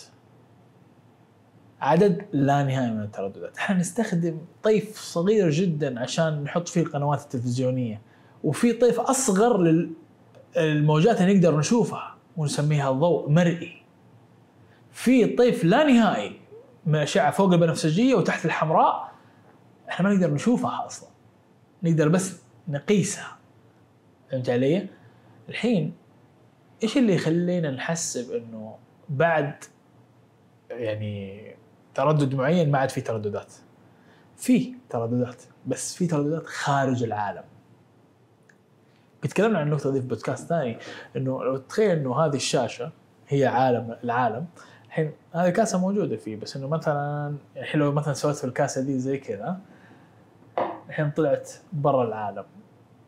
عدد لا نهائي من الترددات. احنا نستخدم طيف صغير جدا عشان نحط فيه القنوات التلفزيونية، وفي طيف أصغر للموجات اللي نقدر نشوفها ونسميها الضوء مرئي. في طيف لا نهائي من أشعة فوق البنفسجية وتحت الحمراء احنا ما نقدر نشوفها أصلا، نقدر بس نقيسها. فهمت علي؟ الحين إيش اللي يخلينا نحسب إنه بعد يعني تردد معين ما عاد في ترددات؟ في ترددات بس في ترددات خارج العالم. تكلمنا عن النقطة دي في بودكاست ثاني، إنه لو تخيل إنه هذه الشاشة هي عالم العالم، الحين هذه الكاسة موجودة فيه، بس إنه مثلا الحين لو مثلا سويت في الكاسة دي زي كذا الحين طلعت برا العالم،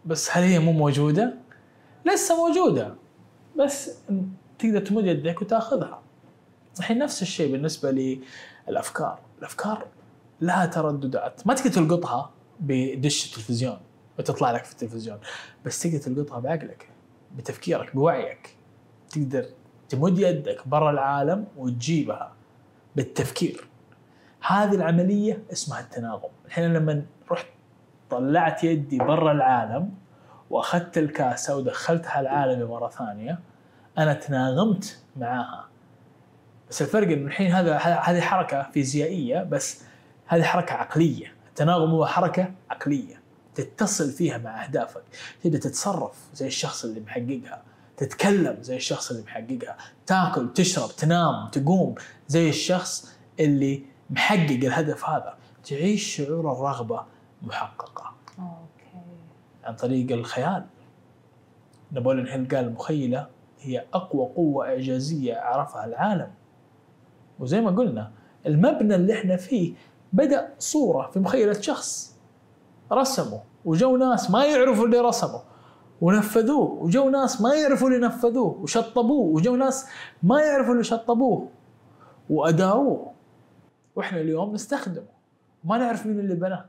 بس هل هي مو موجودة؟ لسه موجودة، بس تقدر تمد يدك وتاخذها. الحين نفس الشيء بالنسبة للأفكار. الأفكار لها ترددات، ما تقدر تلقطها بدش التلفزيون وتطلع لك في التلفزيون، بس تقدر تلقطها بعقلك، بتفكيرك، بوعيك. تقدر تمد يدك برا العالم وتجيبها بالتفكير. هذه العملية اسمها التناغم. الحين لما رحت طلعت يدي برا العالم وأخذت الكاسة ودخلتها العالم مرة ثانية، أنا تناغمت معاها. بس الفرق إنه الحين هذا هذه حركة فيزيائية، بس هذه حركة عقلية. التناغم هو حركة عقلية تتصل فيها مع أهدافك، تبدأ تتصرف زي الشخص اللي محققها، تتكلم زي الشخص اللي محققها، تاكل، تشرب، تنام، تقوم زي الشخص اللي محقق الهدف هذا، تعيش شعور الرغبة محققة. أوكي. عن طريق الخيال. نابليون هيل قال المخيلة هي أقوى قوة إعجازية عرفها العالم. وزي ما قلنا المبنى اللي احنا فيه بدأ صورة في مخيلة شخص رسمه، وجو ناس ما يعرفوا اللي رسمه ونفذوه، وجو ناس ما يعرفوا اللي نفذوه وشطبوه، وجو ناس ما يعرفوا اللي شطبوه وأداروه، وإحنا اليوم نستخدمه ما نعرف مين اللي بناه.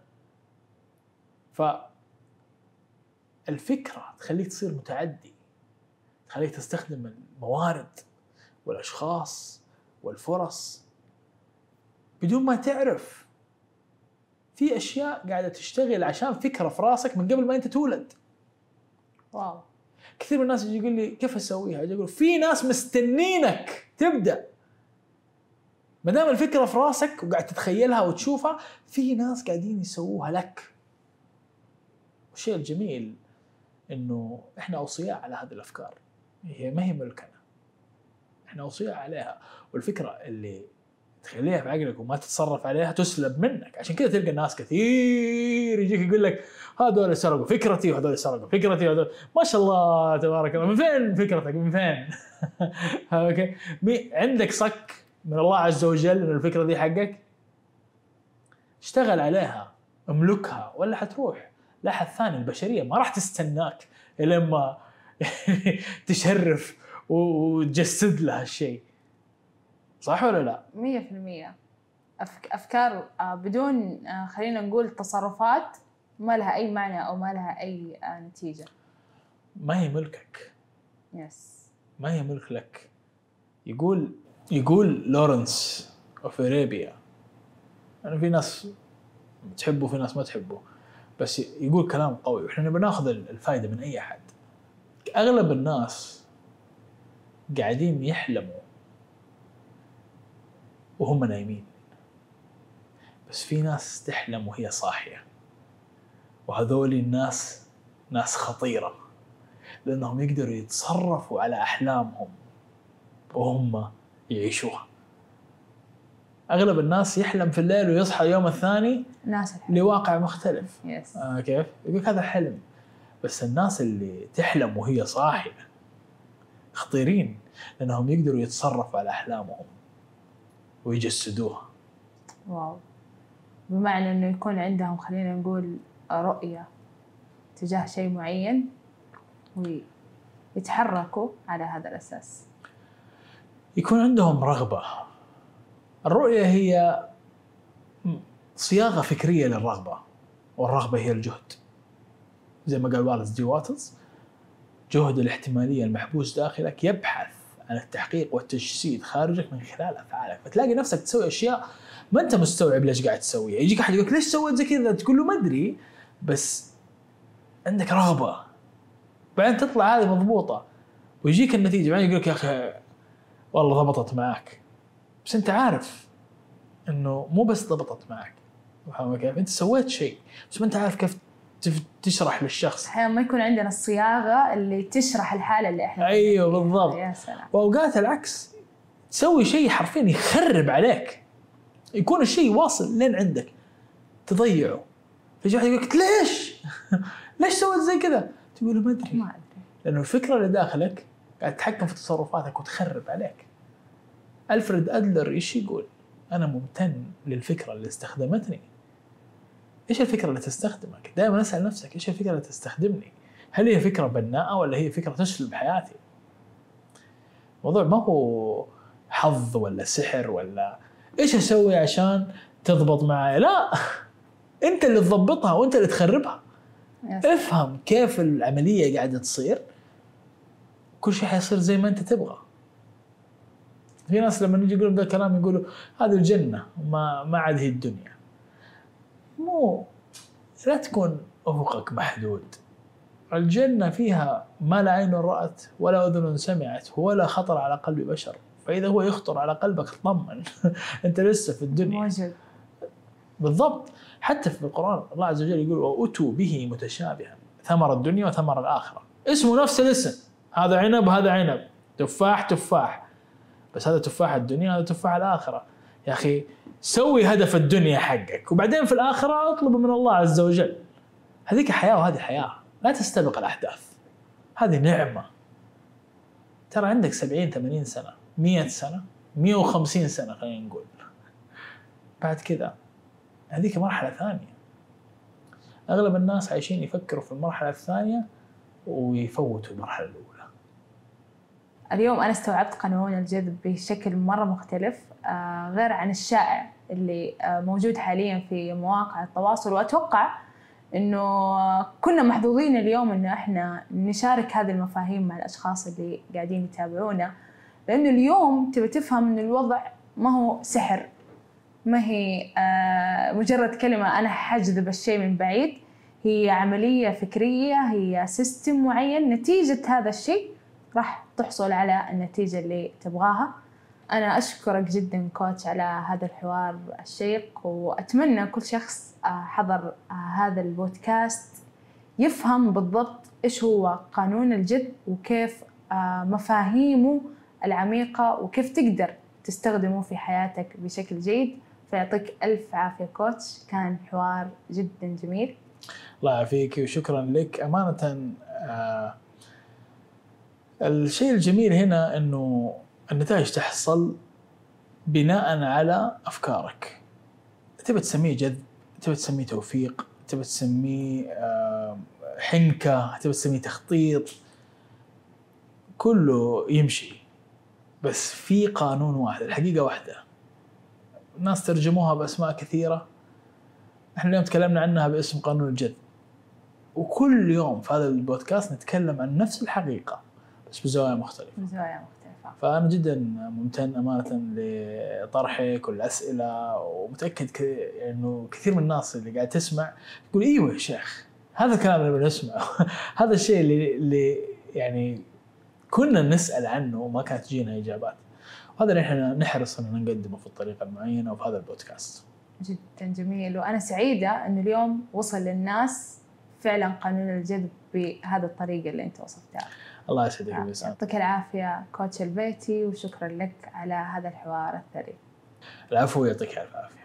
فالفكرة تخليك تصير متعدي، تخليك تستخدم الموارد والأشخاص والفرص بدون ما تعرف. في أشياء قاعدة تشتغل عشان فكرة في راسك من قبل ما أنت تولد. واو. كثير من الناس يجي يقول لي كيف أسويها؟ يجي يقول في ناس مستنينك تبدأ. ما دام الفكرة في راسك وقاعد تتخيلها وتشوفها، في ناس قاعدين يسووها لك. والشيء الجميل إنه إحنا أوصياء على هذه الأفكار، هي ما هي ملكنا، إحنا أوصياء عليها. والفكرة اللي تخليها في عقلك وما تتصرف عليها تسلب منك. عشان كذا تلقى الناس كثير يجيك يقول لك هذول سرقوا فكرتي وهذول سرقوا فكرتي وهذول. ما شاء الله تبارك الله، من فين فكرتك؟ من فين؟ اوكي، عندك صك من الله عز وجل ان الفكره دي حقك؟ اشتغل عليها، املكها، ولا حتروح لاحد ثاني. البشريه ما راح تستناك لما تشرف وتجسد لها الشيء، صح ولا لا؟ مية في المية. أفكار بدون خلينا نقول تصرفات ما لها أي معنى أو ما لها أي نتيجة. ما هي ملكك. يس. ما هي ملك لك. يقول يقول لورنس أوف أرابيا، يعني في ناس تحبه في ناس ما تحبه، بس يقول كلام قوي وإحنا بناخذ الفائدة من أي أحد. أغلب الناس قاعدين يحلموا وهم نايمين، بس في ناس تحلم وهي صاحية، وهذول الناس ناس خطيرة لأنهم يقدروا يتصرفوا على أحلامهم وهم يعيشوها. أغلب الناس يحلم في الليل ويصحى اليوم الثاني ناس لواقع مختلف. yes. آه كيف؟ يقول هذا حلم. بس الناس اللي تحلم وهي صاحية خطيرين لأنهم يقدروا يتصرفوا على أحلامهم ويجسدوها. واو. بمعنى أنه يكون عندهم خلينا نقول رؤية تجاه شيء معين ويتحركوا على هذا الأساس. يكون عندهم رغبة. الرؤية هي صياغة فكرية للرغبة، والرغبة هي الجهد. زي ما قال واليس دي واتلز، جهد الاحتمالية المحبوس داخلك يبحث عن التحقيق والتجسيد خارجك من خلال أفعالك. فتلاقي نفسك تسوي أشياء ما أنت مستوعب ليش قاعد تسويها. يجيك أحد يقولك ليش سويت زي كذا، تقول له ما أدري، بس عندك رغبة. بعدين تطلع هذه مضبوطة ويجيك النتيجة، بعدين يقولك يا أخي والله ضبطت معك، بس أنت عارف إنه مو بس ضبطت معك، فاهم كيف؟ أنت سويت شيء بس ما أنت عارف كيف تشرح للشخص. أحيانا ما يكون عندنا الصياغة اللي تشرح الحالة اللي إحنا أيوه بالضبط. يا سلام. وأوقات العكس، تسوي شيء حرفيا يخرب عليك، يكون الشيء واصل لين عندك تضيعه، فيجي واحد يقولك ليش ليش سويت زي كذا، تقول له ما أدري، ما أدري، لأنه الفكرة اللي داخلك قاعد تتحكم في تصرفاتك وتخرب عليك. ألفريد أدلر إيش يقول؟ أنا ممتن للفكرة اللي استخدمتني. إيش الفكرة اللي تستخدمك؟ دائما أسأل نفسك إيش الفكرة اللي تستخدمني؟ هل هي فكرة بناءة ولا هي فكرة تسلب حياتي؟ الموضوع ما هو حظ ولا سحر ولا إيش أسوي عشان تضبط معي، لا أنت اللي تضبطها وأنت اللي تخربها. افهم كيف العملية قاعدة تصير، كل شيء حيصير زي ما أنت تبغى. في ناس لما نيجي يقولوا ذا كلام يقولوا هذه الجنة ما ما عاد هي الدنيا. مو لا تكون أفقك محدود. الجنة فيها ما لا عين رأت ولا أذن سمعت ولا خطر على قلب بشر، فإذا هو يخطر على قلبك طمن أنت لسه في الدنيا موجود. بالضبط. حتى في القرآن الله عز وجل يقول وأتوا به متشابها ثمر الدنيا وثمر الآخرة، اسمه نفس الاسم، هذا عنب وهذا عنب، تفاح تفاح، بس هذا تفاح الدنيا هذا تفاح الآخرة. يا أخي سوي هدف الدنيا حقك وبعدين في الآخرة اطلب من الله عز وجل. هذيك حياة وهذه حياة، لا تستبق الأحداث، هذه نعمة. ترى عندك سبعين ثمانين سنة، مئة سنة، مئة وخمسين سنة خلينا نقول، بعد كذا هذيك مرحلة ثانية. أغلب الناس عايشين يفكروا في المرحلة الثانية ويفوتوا المرحلة الأولى. اليوم أنا استوعبت قانون الجذب بشكل مرة مختلف، آه غير عن الشائع اللي آه موجود حاليا في مواقع التواصل. وأتوقع إنه كنا محظوظين اليوم إنه إحنا نشارك هذه المفاهيم مع الأشخاص اللي قاعدين يتابعونا، لأنه اليوم تبي تفهم إن الوضع ما هو سحر، ما هي آه مجرد كلمة أنا حجذب الشيء من بعيد، هي عملية فكرية، هي سيستم معين، نتيجة هذا الشيء راح تحصل على النتيجة اللي تبغاها. أنا أشكرك جدا كوتش على هذا الحوار الشيق، وأتمنى كل شخص حضر هذا البودكاست يفهم بالضبط إيش هو قانون الجذب وكيف مفاهيمه العميقة وكيف تقدر تستخدمه في حياتك بشكل جيد. فيعطيك ألف عافية كوتش، كان حوار جدا جميل. الله يعافيك وشكرا لك أمانة. آه الشيء الجميل هنا أنه النتائج تحصل بناء على أفكارك. تبي تسميه جذب، تبي تسميه توفيق، تبي تسميه حنكة، تبي تسميه تخطيط، كله يمشي، بس في قانون واحد، الحقيقة واحدة. الناس ترجموها بأسماء كثيرة، احنا اليوم تكلمنا عنها باسم قانون الجذب، وكل يوم في هذا البودكاست نتكلم عن نفس الحقيقة بس بزوايا مختلفة. بزوايا مختلفة. فأنا جدا ممتن أمانة لطرحك والأسئلة، ومتأكد ك... إنه كثير من الناس اللي قاعد تسمع يقول إيوه يا شيخ هذا الكلام اللي بنسمعه هذا الشيء اللي, اللي يعني كنا نسأل عنه وما كانت تجينا إجابات، وهذا اللي إحنا نحرص أن نقدمه في الطريقة المعينة وفي هذا البودكاست. جدا جميل، وأنا سعيدة إنه اليوم وصل للناس فعلا قانون الجذب بهذا الطريقة اللي أنت وصفتها. الله يسعدك يا بسام. يعطيك العافية كوتش البيتي، وشكرا لك على هذا الحوار الثري. العفو، يعطيك العافية.